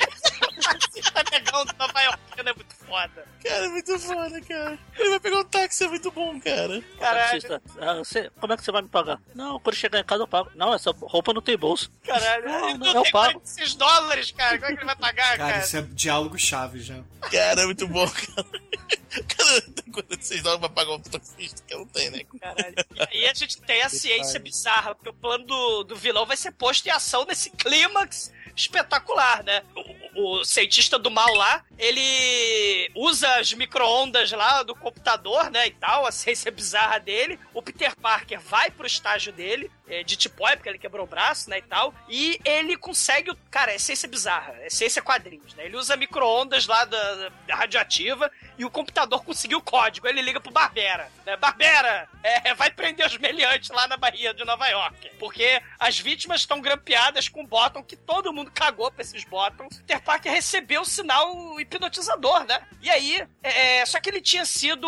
S11: Vai pegar um Nova Yorkino, é muito foda.
S7: Cara, é muito foda, cara. Ele vai pegar um táxi, é muito bom, cara.
S11: Caralho.
S9: Como é que você vai me pagar? Não, quando chegar em casa eu pago. Não, essa roupa não tem bolso.
S11: Caralho,
S9: não,
S11: eu
S9: tem
S11: pago $46, cara. Como é que ele vai pagar, cara?
S6: Cara, isso é diálogo chave já.
S7: Cara, é muito bom, cara. Cara, tem $46 pra pagar um taxista que eu não tenho, né?
S11: Caralho. E aí a gente tem a ciência bizarra, porque o plano do vilão vai ser posto em ação nesse clímax espetacular, né? O cientista do mal lá, ele usa as micro-ondas lá do computador, né, e tal, a ciência bizarra dele. O Peter Parker vai pro estágio dele, de tipóia, porque ele quebrou o braço, né, e tal, e ele consegue, cara, é ciência bizarra, é ciência quadrinhos, né? Ele usa micro-ondas lá da radioativa e o computador conseguiu o código. Ele liga pro Barbera, né? Barbera, vai prender os meliantes lá na Bahia de Nova York, porque as vítimas estão grampeadas com bottom, que todo mundo cagou pra esses bottoms. Peter Parker recebeu o sinal hipnotizador, né? E aí, só que ele tinha sido...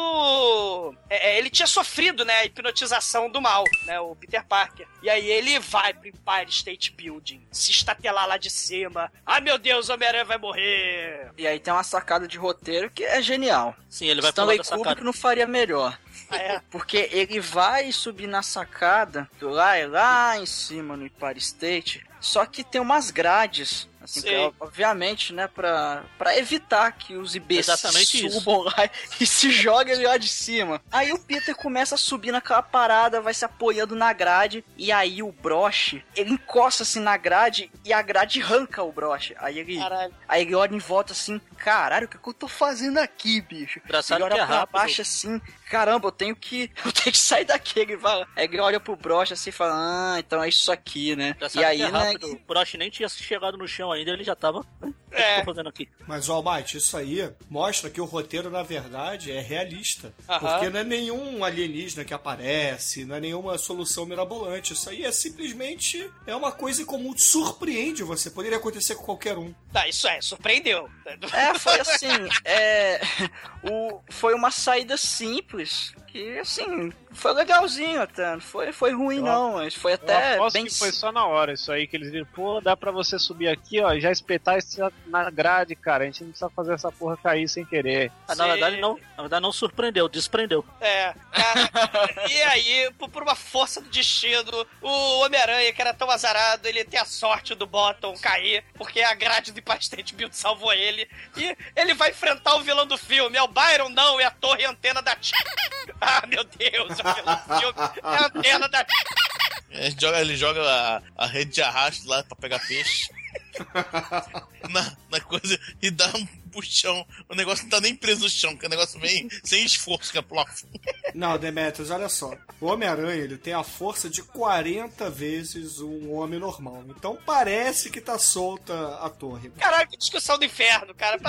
S11: ele tinha sofrido, né, a hipnotização do mal, né, o Peter Parker. E aí ele vai pro Empire State Building, se estatelar lá de cima. Ai, meu Deus, o Homem-Aranha vai morrer.
S5: E aí tem uma sacada de roteiro que é genial.
S9: Sim, ele vai
S5: Stanley
S9: pular da
S5: Kubrick
S9: sacada.
S5: não faria melhor. Porque ele vai subir na sacada lá em cima no Empire State, só que tem umas grades, assim, que, obviamente, né, pra evitar que os imbecis subam lá e se joguem lá de cima. Aí o Peter começa a subir naquela parada, vai se apoiando na grade, e aí o broche, ele encosta assim na grade e a grade arranca o broche. Aí ele olha em volta assim, caralho, o que eu tô fazendo aqui, bicho?
S9: Engraçado
S5: ele olha
S9: que é
S5: pra
S9: rápido.
S5: baixo assim, caramba, eu tenho que sair daqui. Ele olha pro broche assim e fala, então é isso aqui, né?
S9: E aí, rápido, o broche nem tinha chegado no chão ainda, ele já tava... O que eu tô fazendo aqui?
S6: Mas, Almighty, isso aí mostra que o roteiro, na verdade, é realista. Porque não é nenhum alienígena que aparece, não é nenhuma solução mirabolante. Isso aí é simplesmente uma coisa comum, surpreende você. Poderia acontecer com qualquer um.
S11: Tá, isso surpreendeu.
S5: Foi assim, foi uma saída simples, que assim, foi legalzinho até, não foi ruim não, mas foi até bem...
S8: que foi só na hora isso aí, que eles viram, pô, dá pra você subir aqui, ó, e já espetar isso na grade, cara, a gente não precisa fazer essa porra cair sem querer.
S9: Na verdade não surpreendeu, desprendeu.
S11: Cara, e aí, por uma força do destino, o Homem-Aranha, que era tão azarado, ele tem a sorte do Bottom cair, porque a grade do Empire State Building salvou ele, e ele vai enfrentar o vilão do filme. É o Byron, não, é a torre e a antena da... Ah, meu Deus, o vilão do filme é a antena da...
S7: Ele joga a rede de arrasto lá pra pegar peixe. na coisa e dá um pro chão. O negócio não tá nem preso no chão, que o negócio vem sem esforço, que é plof.
S6: Não, Demetrius, olha só. O Homem-Aranha, ele tem a força de 40 vezes um homem normal. Então parece que tá solta a torre.
S11: Caralho, que discussão do inferno, cara.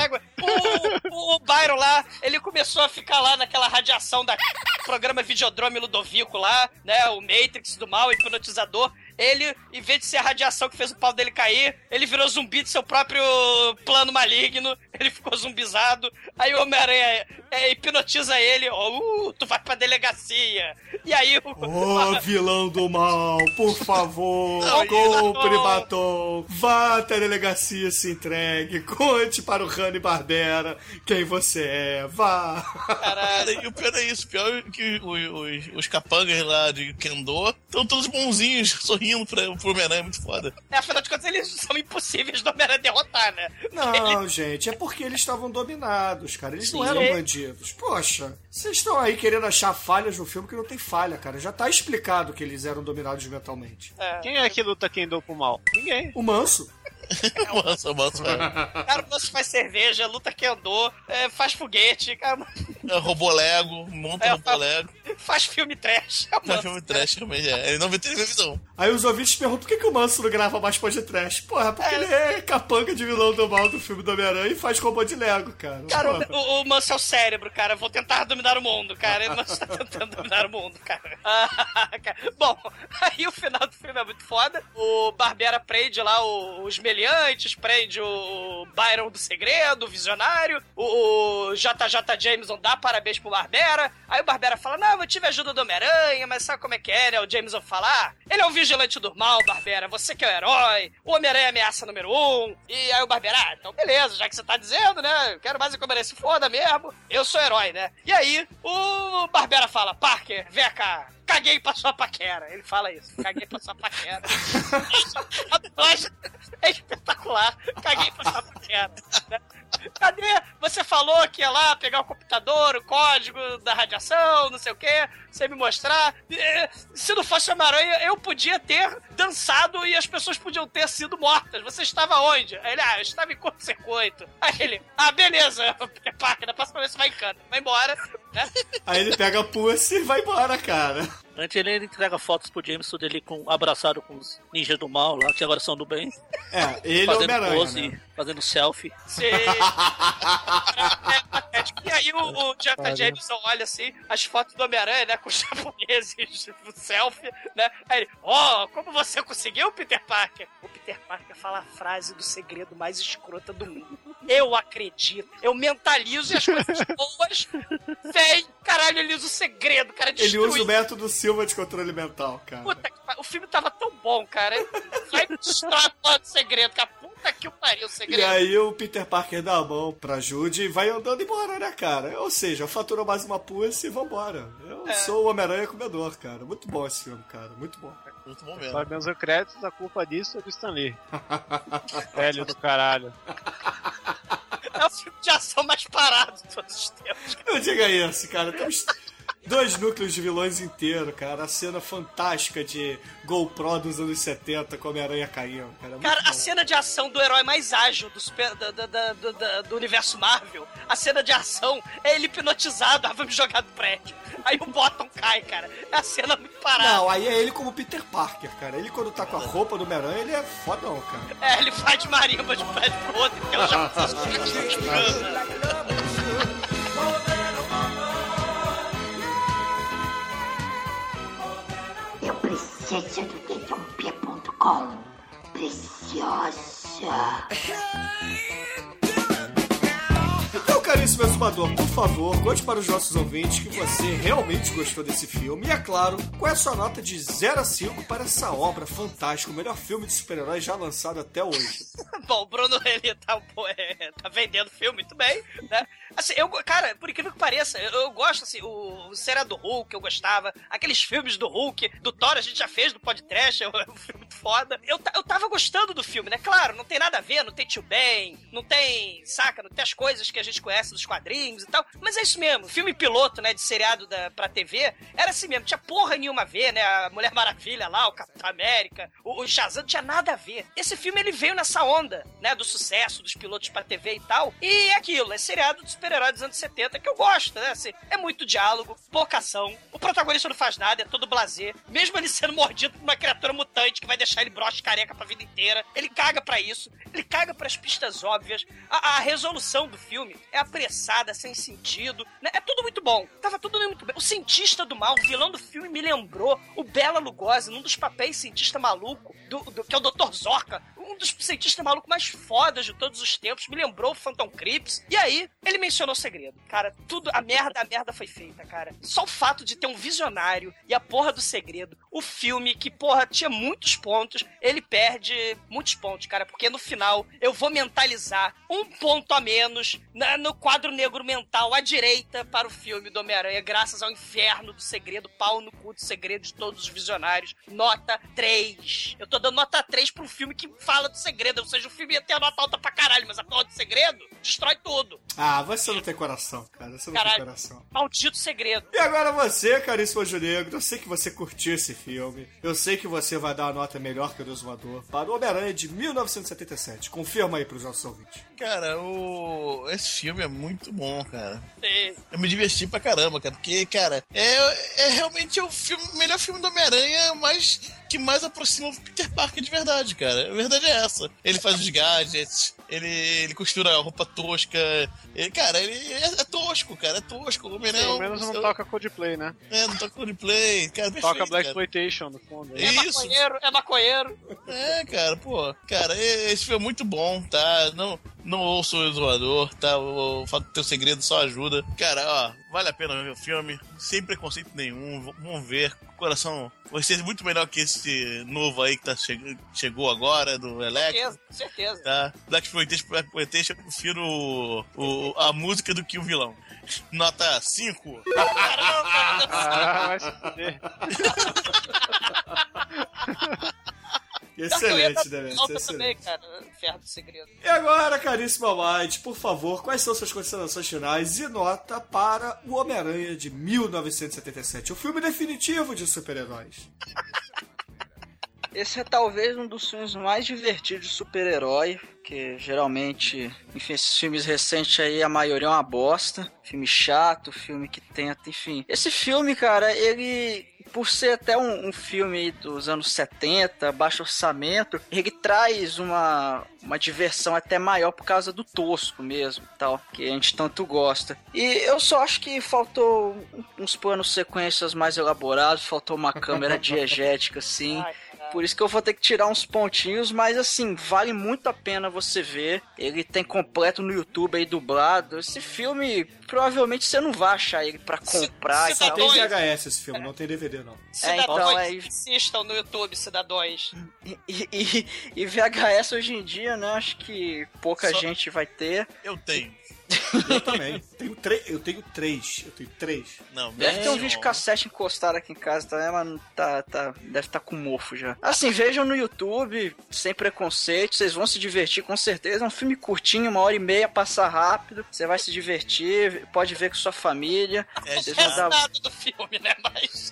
S11: O Byron lá, ele começou a ficar lá naquela radiação da programa Videodrome Ludovico lá, né? O Matrix do mal, o hipnotizador. Ele, em vez de ser a radiação que fez o pau dele cair, ele virou zumbi de seu próprio plano maligno. Ele ficou zumbizado. Aí o Homem-Aranha hipnotiza ele. Tu vai pra delegacia. E aí o...
S6: vilão do mal, por favor, compre batom. Vá até a delegacia, se entregue. Conte para o Rani Barbera quem você é. Vá.
S11: Caralho.
S7: E o pior é isso. O pior é que os capangas lá de Kendo estão todos bonzinhos, sorrindo pro Homem-Aranha, é muito foda.
S11: Afinal de contas, eles são impossíveis do Homem-Aranha derrotar, né?
S6: Não, gente, é porque eles estavam dominados, cara. Eles não eram bandidos. Poxa, vocês estão aí querendo achar falhas no filme que não tem falha, cara. Já tá explicado que eles eram dominados mentalmente.
S8: Quem é que luta Kendo pro mal? Ninguém.
S6: O Manso.
S7: O Manso,
S11: cara, o Manso faz cerveja, luta Kendo, faz foguete, cara.
S7: Roubou Lego, monta robô Lego.
S11: Faz filme trash.
S7: Faz filme trash, realmente é. Ele não vê televisão.
S6: Aí os ouvintes perguntam por que o Manso não grava mais podcast? Porra, porque ele é capanga de vilão do mal do filme do Homem-Aranha e faz robô de Lego, cara.
S11: Cara, o Manso é o cérebro, cara. Vou tentar dominar o mundo, cara. O Manso tá tentando dominar o mundo, cara. Bom, aí o final do filme é muito foda. O Barbera prende lá os meliantes, prende o Byron do segredo, o visionário. O JJ Jameson dá parabéns pro Barbera. Aí o Barbera fala, não, eu tive a ajuda do Homem-Aranha, mas sabe como é que é, né? O Jameson fala, ele é um vigilante do mal, Barbera, você que é o herói. O Homem-Aranha é ameaça número 1. E aí o Barbera, então beleza, já que você tá dizendo, né? Eu quero mais que o Homem-Aranha se foda mesmo. Eu sou herói, né? E aí o Barbera fala, Parker, vem cá. Caguei pra sua paquera. Ele fala isso. Caguei pra sua paquera. A dublagem é espetacular. Caguei pra sua paquera. Né? Cadê? Você falou que ia lá pegar o computador, o código da radiação, não sei o quê, você me mostrar. Se não fosse o Homem-Aranha, eu podia ter dançado e as pessoas podiam ter sido mortas. Você estava onde? Aí ele, eu estava em curto-circuito. Aí ele, beleza, Parker, da próxima vez você vai em cana. Vai embora. Né?
S6: Aí ele pega a Pussy e vai embora, cara.
S9: Antes ele entrega fotos pro Jameson dele abraçado com os ninjas do mal lá, que agora são do bem.
S6: Ele é o Homem-Aranha, né?
S9: Fazendo selfie.
S11: Sim. E aí o Jonathan Jameson olha assim, as fotos do Homem-Aranha, né, com os japoneses, selfie, né? Aí ele, como você conseguiu, Peter Parker? O Peter Parker fala a frase do segredo mais escrota do mundo. Eu acredito. Eu mentalizo e as coisas boas vem. Caralho, ele usa o segredo, cara.
S6: Ele usa o método Silva de controle mental, cara.
S11: Puta que pariu. O filme tava tão bom, cara. Vai mostrar o segredo, cara. Puta que pariu, o segredo.
S6: E aí o Peter Parker dá a mão pra Judy e vai andando embora, né, cara? Ou seja, faturou mais uma Pussy e vambora. Eu sou o Homem-Aranha comedor, cara. Muito bom esse filme, cara. Muito bom.
S7: Muito bom mesmo.
S8: Para meus créditos, a culpa disso é do Stan Lee. Velho do caralho.
S11: É o filme de ação mais parado de todos os tempos.
S6: Não diga isso, cara. Temos 2 núcleos de vilões inteiros, cara. A cena fantástica de GoPro dos anos 70 com a Homem-Aranha caindo, cara.
S11: Cara, a cena de ação do herói mais ágil do universo Marvel, a cena de ação é ele hipnotizado, vamos jogar do prédio. Aí o Bottom cai, cara. É a cena muito parada.
S6: Não, aí é ele como Peter Parker, cara. Ele quando tá com a roupa do Homem-Aranha, ele é fodão, cara.
S11: Ele faz marimba de um prédio pro outro, porque ela já
S10: Eu preciso do dedãop.com. Preciosa.
S6: Então, caríssimo exumador, por favor, conte para os nossos ouvintes que você realmente gostou desse filme. E, é claro, qual é a sua nota de 0 a 5 para essa obra fantástica, o melhor filme de super-heróis já lançado até hoje?
S11: Bom, o Bruno, ele tá vendendo filme muito bem, né? Assim, cara, por incrível que pareça, eu gosto, assim, o seriado do Hulk, eu gostava, aqueles filmes do Hulk, do Thor, a gente já fez do podcast, é um filme muito foda. Eu tava gostando do filme, né? Claro, não tem nada a ver, não tem Tio Ben, não tem, saca, não tem as coisas que a gente conhece dos quadrinhos e tal, mas é isso mesmo, filme piloto, né, de seriado pra TV, era assim mesmo, tinha porra nenhuma a ver, né, a Mulher Maravilha lá, o Capitão América, o Shazam, não tinha nada a ver. Esse filme, ele veio nessa onda, né, do sucesso dos pilotos pra TV e tal, e é aquilo, é seriado de super-herói dos anos 70, que eu gosto, né, assim, é muito diálogo, pouca ação, o protagonista não faz nada, é todo blasé, mesmo ele sendo mordido por uma criatura mutante que vai deixar ele broxa careca pra vida inteira, ele caga pra isso, ele caga pras pistas óbvias, a resolução do filme é apressada, sem sentido, né, é tudo muito bom, tava tudo muito bem. O cientista do mal, o vilão do filme, me lembrou o Bela Lugosi, num dos papéis cientista maluco, que é o Dr. Zorka, um dos cientistas malucos mais fodas de todos os tempos, me lembrou o Phantom Crips, e aí, ele mencionou o segredo. Cara, tudo, a merda foi feita, cara. Só o fato de ter um visionário e a porra do segredo, o filme que, porra, tinha muitos pontos, ele perde muitos pontos, cara, porque no final eu vou mentalizar um ponto a menos no quadro negro mental à direita para o filme do Homem-Aranha, graças ao inferno do segredo, pau no cu do segredo de todos os visionários. Nota 3. Eu tô dando nota 3 pra um filme que fala do segredo, ou seja, o filme ia ter a nota alta pra caralho, mas a porra do segredo destrói tudo.
S6: Ah, você não tem coração, cara. Você não tem coração.
S11: Maldito segredo.
S6: E agora você, caríssimo Anjo Negro, eu sei que você curtiu esse filme. Eu sei que você vai dar uma nota melhor que o Deus Voador para o Homem-Aranha de 1977. Confirma aí pros nossos ouvintes.
S7: Cara, esse filme é muito bom, cara.
S11: Sim.
S7: Eu me diverti pra caramba, cara. Porque, cara, é realmente o melhor filme do Homem-Aranha, que mais aproxima o Peter Parker de verdade, cara. A verdade é essa. Ele faz os gadgets, ele costura a roupa tosca. Ele é tosco, cara. É tosco. O
S8: Pelo menos não toca Coldplay, né?
S7: Não toca Coldplay. Cara, perfeito,
S8: toca Blaxploitation no fundo.
S11: É maconheiro.
S7: É, cara, pô. Cara, esse filme é muito bom, tá? Não ouço o Zoador, tá? O fato de ter o segredo só ajuda. Cara, ó, vale a pena ver o filme, sem preconceito nenhum. Vamos ver. O coração vai ser muito melhor que esse novo aí que chegou agora, do Electro.
S11: Certeza.
S7: Tá? Blaxploitation, eu prefiro a música do que o vilão. Nota 5.
S11: Caramba!
S8: Vai se fuder.
S6: Excelente, né, excelente.
S11: Também, cara, Inferno do Segredo.
S6: E agora, caríssimo White, por favor, quais são suas considerações finais e nota para o Homem-Aranha de 1977, o filme definitivo de super-heróis?
S5: Esse é talvez um dos filmes mais divertidos de super-herói, que geralmente, enfim, esses filmes recentes aí, a maioria é uma bosta. Filme chato, filme que tenta, enfim. Esse filme, cara, ele, por ser até um filme dos anos 70, baixo orçamento, ele traz uma diversão até maior por causa do tosco mesmo, tal, que a gente tanto gosta. E eu só acho que faltou uns planos sequências mais elaborados, faltou uma câmera diegética, assim. Por isso que eu vou ter que tirar uns pontinhos, mas assim, vale muito a pena você ver. Ele tem completo no YouTube aí, dublado. Esse filme, provavelmente você não vai achar ele pra comprar.
S6: Só tem VHS esse filme, não tem DVD não.
S11: Cidadões, assistam no YouTube, cidadões.
S5: E VHS hoje em dia, né, acho que pouca gente vai ter.
S7: Eu tenho.
S6: Eu também. Eu tenho três.
S7: Não,
S5: deve ter um vídeo cassete encostado aqui em casa também, mas deve estar com mofo já. Assim, vejam no YouTube, sem preconceito, vocês vão se divertir com certeza. É um filme curtinho, 1h30, passa rápido. Você vai se divertir, pode ver com sua família.
S11: Vocês vão dar nada do filme, né? Mas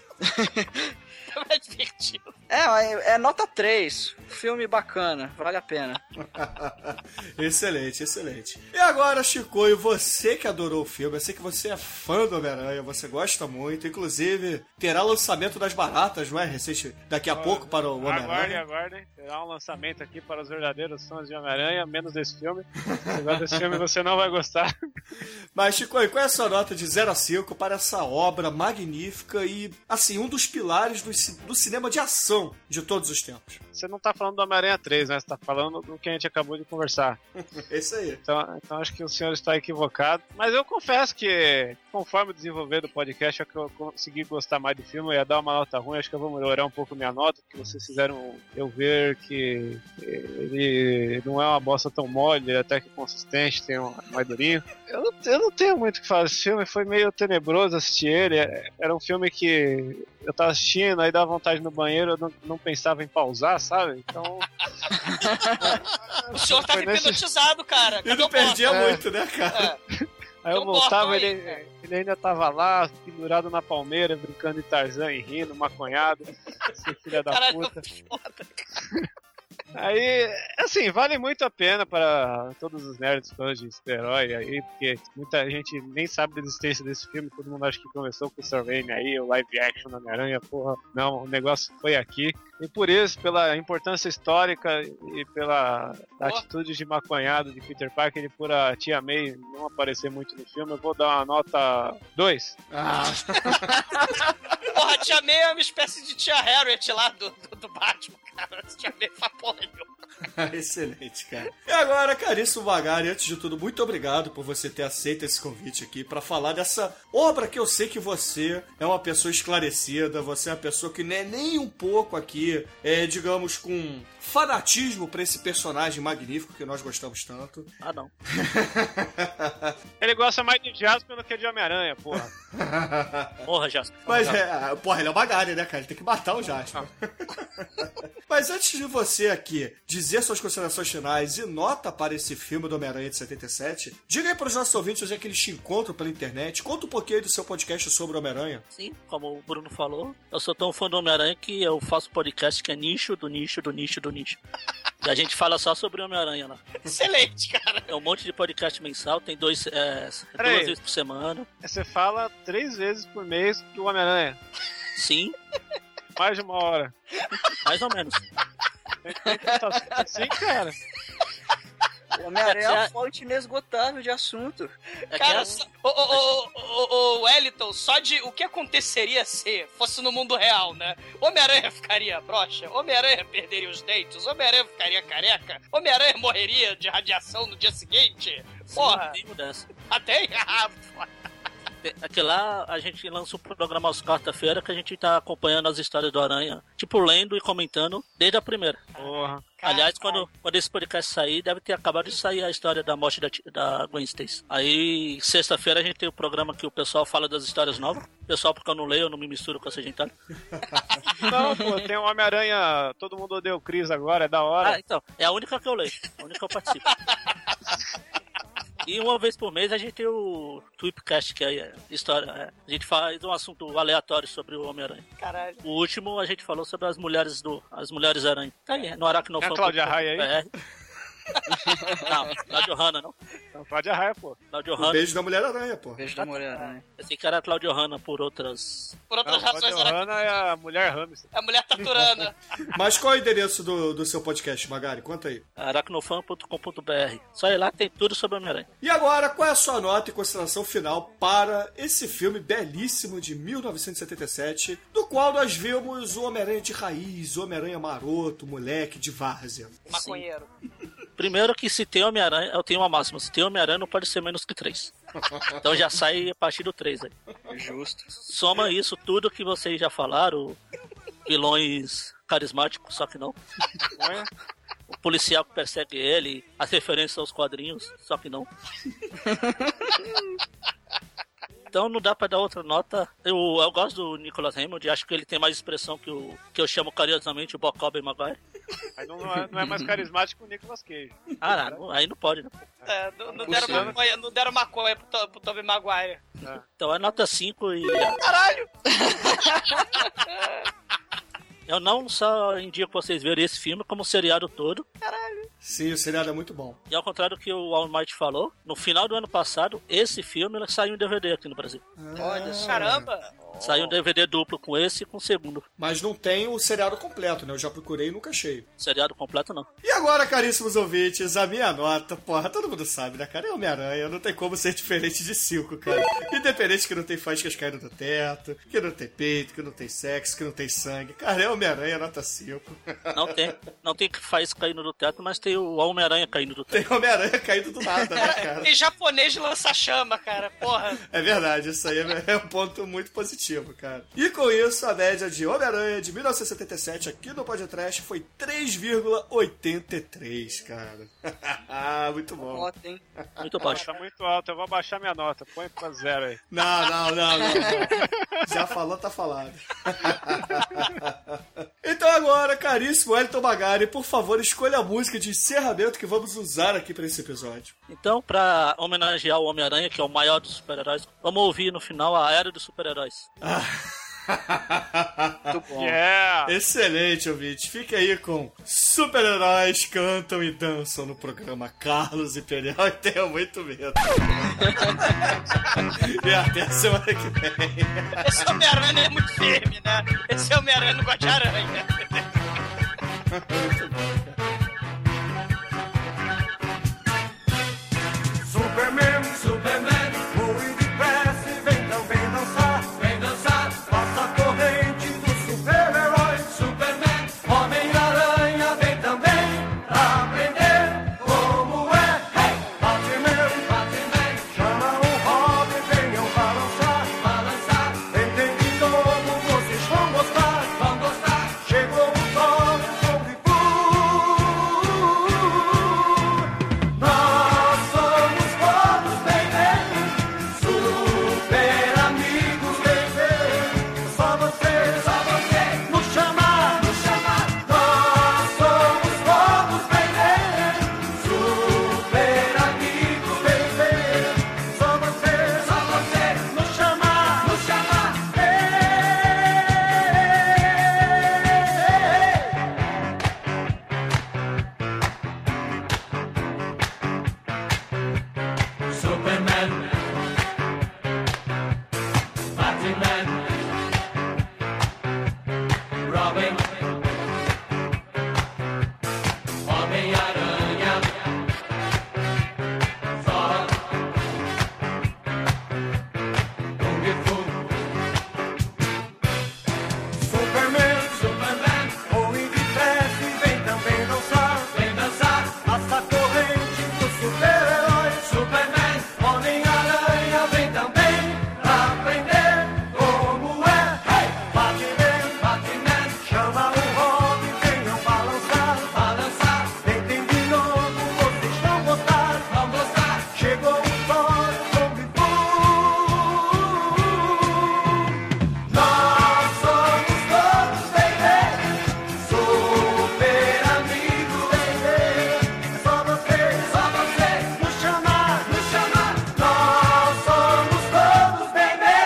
S11: é divertido.
S5: É nota 3. Filme bacana, vale a pena.
S6: Excelente. E agora, Chicoio, você que adorou o filme, eu sei que você é fã do Homem-Aranha, você gosta muito, inclusive terá lançamento das baratas, não é? Recente, daqui a pouco para o Homem-Aranha.
S8: Aguardem. Terá um lançamento aqui para os verdadeiros fãs de Homem-Aranha, menos desse filme. Se gosta desse filme, você não vai gostar.
S6: Mas, Chicoio, qual é a sua nota de 0 a 5 para essa obra magnífica e, assim, um dos pilares do cinema de ação melhorzão de todos os tempos.
S8: Você não tá falando do Homem-Aranha 3, né? Você tá falando do que a gente acabou de conversar.
S6: É isso aí.
S8: Então acho que o senhor está equivocado. Mas eu confesso que, conforme o desenvolver do podcast, é que eu consegui gostar mais do filme. Eu ia dar uma nota ruim, acho que eu vou melhorar um pouco minha nota, porque vocês fizeram eu ver que ele não é uma bosta tão mole, ele é até que consistente, tem mais durinho. Eu não tenho muito o que falar desse filme, foi meio tenebroso assistir ele. Era um filme que eu tava assistindo, aí dava vontade no banheiro, eu não pensava em pausar, sabe? Então...
S11: O senhor tava hipnotizado, cara.
S6: Ele não perdia muito, né, cara?
S8: Aí eu voltava, ele ainda tava lá, pendurado na palmeira, brincando de Tarzan e rindo, maconhado. Esse filho da puta. Aí, assim, vale muito a pena para todos os nerds fãs de super-herói aí, porque muita gente nem sabe da existência desse filme, todo mundo acha que começou com o Sam Raimi aí, o live action da Homem-Aranha, porra, não, o negócio foi aqui. E por isso, pela importância histórica e pela atitude de maconhado de Peter Parker e por a Tia May não aparecer muito no filme, eu vou dar uma nota 2.
S11: Porra, a Tia May é uma espécie de Tia Harriet lá do Batman, cara. A Tia May faz porra nenhuma.
S6: Excelente, cara. E agora, caríssimo Magari, antes de tudo, muito obrigado por você ter aceito esse convite aqui pra falar dessa obra que eu sei que você é uma pessoa esclarecida, você é uma pessoa que não é nem um pouco aqui, digamos, com fanatismo pra esse personagem magnífico que nós gostamos tanto.
S9: Ah, não.
S8: Ele gosta mais de Jasper do que de Homem-Aranha, porra.
S9: Porra, Jasper.
S6: Mas, porra, ele é o Magari, né, cara? Ele tem que matar o Jasper. Mas antes de você aqui dizer suas considerações finais e nota para esse filme do Homem-Aranha de 77, diga aí para os nossos ouvintes onde é que eles te encontram pela internet. Conta um pouquinho aí do seu podcast sobre o Homem-Aranha.
S9: Sim, como o Bruno falou, eu sou tão fã do Homem-Aranha que eu faço podcast que é nicho do nicho do nicho do nicho. E a gente fala só sobre o Homem-Aranha lá.
S11: Excelente, cara.
S9: É um monte de podcast mensal, tem duas vezes por semana.
S8: Você fala 3 vezes por mês do Homem-Aranha.
S9: Sim.
S8: Mais de 1 hora.
S9: Mais ou menos.
S8: Sim, cara.
S5: O Homem-Aranha é uma fonte inesgotável de assunto.
S11: Cara, o Wellington, só de o que aconteceria se fosse no mundo real, né? Homem-Aranha ficaria broxa, Homem-Aranha perderia os dentes, Homem-Aranha ficaria careca, Homem-Aranha morreria de radiação no dia seguinte. Porra.
S9: Sim, dessa.
S11: Até?
S9: Aqui lá a gente lança um programa às quarta-feira que a gente tá acompanhando as histórias do Aranha, tipo lendo e comentando desde a primeira.
S8: Porra.
S9: Aliás, quando esse podcast sair, deve ter acabado de sair a história da morte da Gwen Stacy. Aí, sexta-feira, a gente tem o programa que o pessoal fala das histórias novas. Pessoal, porque eu não leio, eu não me misturo com essa gentalha.
S8: Não, pô, tem o Homem-Aranha, todo mundo odeia o Chris agora, é da hora.
S9: Ah, então, é a única que eu leio, a única que eu participo. E uma vez por mês a gente tem o Tweepcast, que é história. A gente faz um assunto aleatório sobre o Homem-Aranha.
S11: Caralho.
S9: O último a gente falou sobre as mulheres Aranha. Tá aí, no Aracnofan.
S8: É a Cláudia Raia aí?
S9: Não, Cláudio Hanna, não.
S8: Então, Cláudia Raia, pô.
S9: Cláudio Hanna.
S6: Beijo da Mulher-Aranha, pô.
S5: Beijo da Mulher-Aranha.
S9: Pensei que era Cláudio Hanna por outras
S11: razões.
S8: Cláudia Hanna é a mulher hamster.
S11: É a mulher taturana.
S6: Mas qual é o endereço do seu podcast, Magari? Conta aí.
S9: aracnofan.com.br. Só ir lá, tem tudo sobre o Homem-Aranha.
S6: E agora, qual é a sua nota e consideração final para esse filme belíssimo de 1977, do qual nós vimos o Homem-Aranha de raiz, o Homem-Aranha maroto, moleque de várzea?
S11: Maconheiro.
S9: Primeiro que se tem Homem-Aranha, eu tenho uma máxima, se tem Homem-Aranha não pode ser menos que 3. Então já sai a partir do 3 aí.
S5: Justo.
S9: Soma isso, tudo que vocês já falaram, vilões carismáticos, só que não. O policial que persegue ele, as referências aos quadrinhos, só que não. Então não dá pra dar outra nota. Eu gosto do Nicholas Hammond, acho que ele tem mais expressão que eu chamo carinhosamente o Bob Maguire.
S8: Aí não é mais carismático que o Nicolas Cage.
S9: Ah, não, aí não pode, né?
S11: Não deram maconha pro Tobey Maguire.
S9: Então é nota 5 e...
S11: Caralho!
S9: Eu não só indico vocês verem esse filme, como o seriado todo.
S11: Caralho!
S6: Sim, o seriado é muito bom.
S9: E ao contrário do que o Almighty falou, no final do ano passado, esse filme saiu em DVD aqui no Brasil.
S4: Olha, caramba!
S9: Saiu um DVD duplo com esse e com o segundo.
S6: Mas não tem o seriado completo, né? Eu já procurei e nunca achei.
S9: Seriado completo, não.
S6: E agora, caríssimos ouvintes, a minha nota, porra, todo mundo sabe, né, cara? É Homem-Aranha, não tem como ser diferente de 5, cara. Independente que não tem faíscas caindo do teto, que não tem peito, que não tem sexo, que não tem sangue. Cara, é Homem-Aranha, nota 5.
S9: Não tem faísca caindo do teto, mas tem o Homem-Aranha caindo do teto.
S6: Tem Homem-Aranha caindo do nada, né, cara?
S4: E japonês lança chama, cara, porra.
S6: É verdade, isso aí é um ponto muito positivo, cara. E com isso, a média de Homem-Aranha de 1977 aqui no Podcast foi 3,83, cara. Muito bom.
S5: Nota, hein?
S9: Muito baixo.
S8: Tá muito alto, eu vou baixar minha nota. Põe pra 0 aí.
S6: Não. Já falou, tá falado. Então agora, caríssimo Elton Magari, por favor, escolha a música de encerramento que vamos usar aqui pra esse episódio.
S9: Então, pra homenagear o Homem-Aranha, que é o maior dos super-heróis, vamos ouvir no final a Era dos Super-Heróis.
S5: Muito bom.
S8: Yeah!
S6: Excelente, ouvinte. Fica aí com Super-Heróis Cantam e Dançam no programa Carlos Imperial e tenham muito medo. E até a semana que vem.
S4: Esse Homem-Aranha é muito firme, né? Esse Homem-Aranha não gosta de aranha.
S6: Muito bom, cara.
S10: Superman, voe depressa e vem também dançar. Vem dançar, passa a corrente dos super-heróis. Superman, Homem-Aranha, vem também pra aprender como é. Hey! Batman, chama o Robin, venham balançar. Tentem de novo, vocês vão gostar. Chegou o Thor, Kung Fu. Nós somos todos baby, super amigos baby. Só você nos chamar. Nós somos todos baby, super amigos baby. Só você nos chamar. Superman, Batman, Robin, Homem-Aranha, Thor, Kung Fu. Superman, voe depressa e vem também dançar. Passa a corrente dos super-heróis. Superman, Homem-Aranha, vem também pra aprender como é. Hey! Batman, chama o Robin, venham balançar. Tentem de novo, vocês vão gostar. Chegou o Thor, Kung Fu. Nós somos todos baby, super amigos baby. Só você nos chamar. Nós somos todos baby,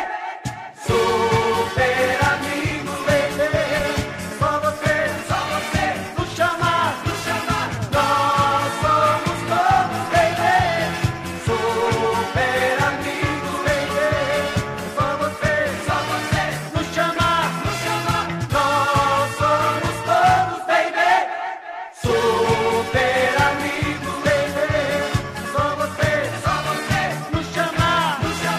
S10: super amigos baby. Só você nos chamar. Nós somos todos baby, super amigos baby. Só você nos chamar. Nós somos todos baby, super amigos baby. Só você nos chamar.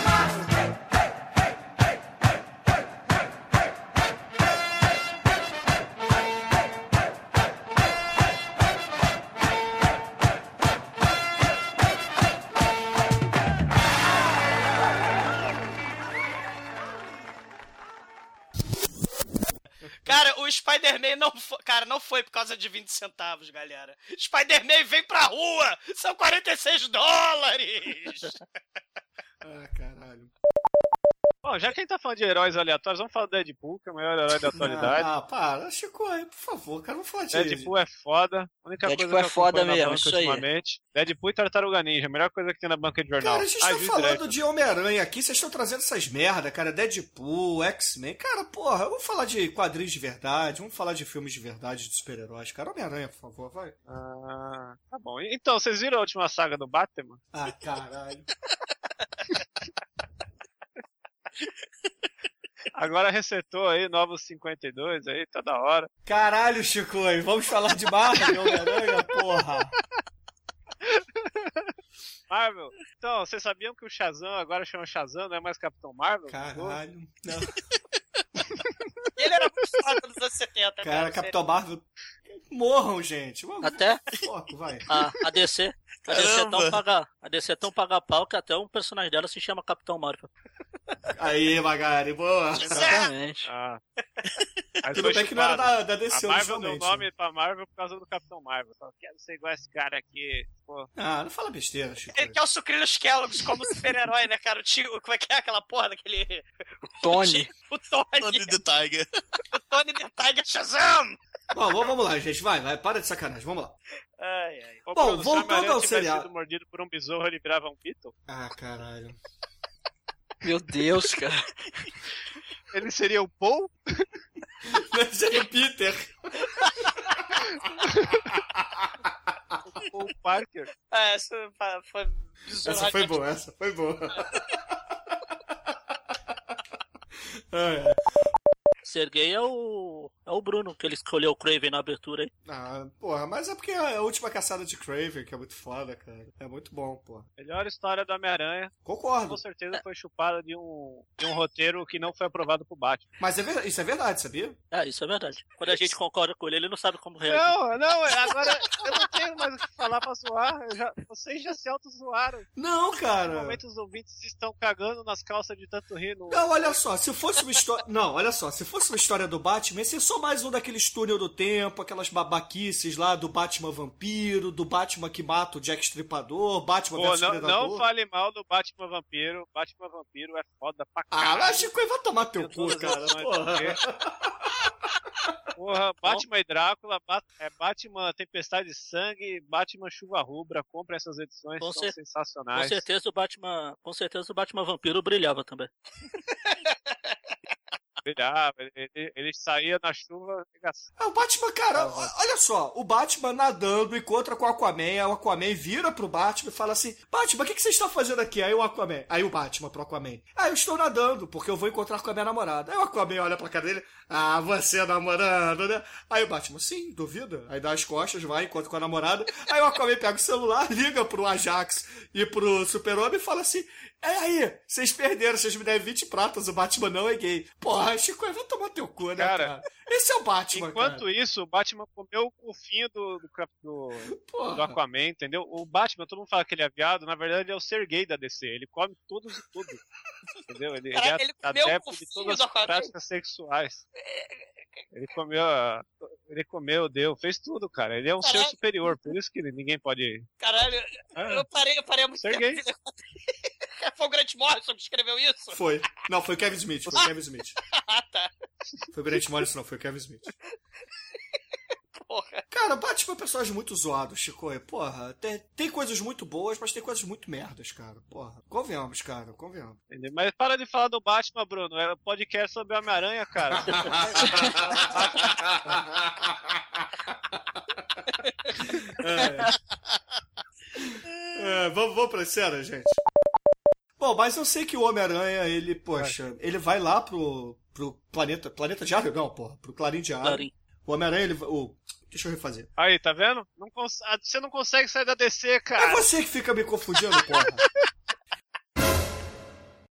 S4: Cara, o Spider-Man não foi por causa de 20 centavos, galera. Spider-Man vem pra rua! São $46!
S6: Ah, caralho.
S8: Bom, já que a gente tá falando de heróis aleatórios, vamos falar do Deadpool, que é o maior herói da atualidade.
S6: Ah, para. Chico, aí, por favor, cara, vamos falar de
S8: Deadpool é foda. A única
S5: Deadpool
S8: coisa que
S5: é foda
S8: acompanho na
S5: mesmo,
S8: banca
S5: isso aí.
S8: ultimamente. Deadpool e Tartaruga Ninja, a melhor coisa que tem na banca de jornal.
S6: Cara, a gente tá falando de Homem-Aranha aqui, vocês estão trazendo essas merda, cara. Deadpool, X-Men. Cara, porra, vamos falar de quadrinhos de verdade, vamos falar de filmes de verdade, de super-heróis. Cara, Homem-Aranha, por favor, vai.
S8: Ah, tá bom. Então, vocês viram a última saga do Batman?
S6: Ah, caralho.
S8: Agora resetou aí, novos 52 aí, toda hora.
S6: Caralho, Chico, vamos falar de Marvel, de Homem-Aranha, porra.
S8: Marvel. Então, vocês sabiam que o Shazam agora chama Shazam, não é mais Capitão Marvel?
S6: Caralho. Não.
S11: Ele era muito foda nos anos 70,
S6: cara. Capitão Marvel. Morram, gente.
S5: Até
S6: foco, vai.
S9: A DC é tão paga pau que até um personagem dela se chama Capitão Marvel.
S6: Aí, Magari, boa.
S5: Exatamente.
S6: Tudo bem que não era da DC,
S8: a Marvel deu nome pra Marvel por causa do Capitão Marvel. Só quero ser igual esse cara aqui. Pô.
S6: Ah, não fala besteira, Chico.
S11: Ele quer o Sucrilhos Kellogg's como super-herói, né, cara? O tio, como é que é aquela porra daquele...
S5: Tony.
S11: O Tony.
S7: Tony the Tiger.
S11: O Tony the Tiger Shazam!
S6: Bom, vamos lá, gente. Vai. Para de sacanagem. Vamos lá.
S11: Ai.
S6: Bom, voltando ao seriado.
S8: Se sido mordido por um besouro, ele virava um Beetle?
S6: Ah, caralho.
S5: Meu Deus, cara.
S8: Ele seria o Paul?
S6: Não seria o Peter.
S8: O Paul Parker?
S11: Essa foi bizarra.
S6: Essa foi boa.
S9: Sergei é o Bruno, que ele escolheu o Kraven na abertura aí.
S6: Ah, porra, mas é porque é a última caçada de Kraven, que é muito foda, cara. É muito bom, porra.
S8: Melhor história do Homem-Aranha.
S6: Concordo.
S8: Com certeza foi chupada de um roteiro que não foi aprovado pro Batman.
S6: Mas isso é verdade, sabia?
S9: Isso é verdade. Quando a gente concorda com ele não sabe como reagir.
S8: Não, agora eu não tenho mais o que falar pra zoar. Vocês já se auto-zoaram.
S6: Não, cara.
S8: No momento os ouvintes estão cagando nas calças de tanto rir.
S6: Não, olha só, se fosse uma história... Não, olha só, se fosse uma história do Batman, esse é só mais um daqueles túnel do tempo, aquelas babaquices lá do Batman vampiro, do Batman que mata o Jack Stripador, Batman versus Predador.
S8: Não fale mal do Batman vampiro. Batman vampiro é foda pra caralho.
S6: Mas Chico, vai tomar teu cu, cara.
S8: Porra, Batman e Drácula, Batman Tempestade de Sangue, Batman Chuva Rubra, compra essas edições, são sensacionais.
S9: Com certeza o Batman vampiro brilhava também.
S8: Brilhava, ele saía na chuva.
S6: O Batman, cara, olha só, o Batman nadando encontra com o Aquaman vira pro Batman e fala assim: Batman, o que você está fazendo aqui? Aí o Batman pro Aquaman: eu estou nadando, porque eu vou encontrar com a minha namorada. Aí o Aquaman olha pra cara dele: você é namorando, né? Aí o Batman: sim, duvida. Aí dá as costas, vai, encontra com a namorada. Aí o Aquaman pega o celular, liga pro Ajax e pro Super-Homem e fala assim: aí, vocês perderam, vocês me devem 20 pratas, o Batman não é gay. Porra, Chico, vai tomar teu cu, né, cara? Esse é o Batman,
S8: Enquanto isso, o Batman comeu o fofinho do Aquaman, entendeu? O Batman, todo mundo fala que ele é viado, na verdade ele é o ser gay da DC, ele come todos e tudo, entendeu? Ele é adepto de todas as práticas sexuais. Ele comeu, fez tudo, cara. Ele é um ser superior, por isso que ninguém pode...
S11: Caralho, eu parei há muito tempo.
S8: Gay.
S11: Foi o Grant Morrison que escreveu isso?
S6: Foi. Não, foi o Kevin Smith.
S11: Tá.
S6: Foi o Grant Morrison, não, foi o Kevin Smith.
S11: Porra.
S6: Cara, Batman é um personagem muito zoado, Chico. Porra, tem coisas muito boas, mas tem coisas muito merdas, cara. Porra, convenhamos, cara, convenhamos.
S8: Entendeu? Mas para de falar do Batman, Bruno. É um podcast sobre Homem-Aranha, cara.
S6: Vamos pra cena, gente. Bom, mas eu sei que o Homem-Aranha, ele vai lá pro planeta Diário? Não, porra, pro Clarim Diário. O Homem-Aranha, deixa eu refazer.
S8: Aí, tá vendo? Você não consegue sair da DC, cara.
S6: É você que fica me confundindo, porra.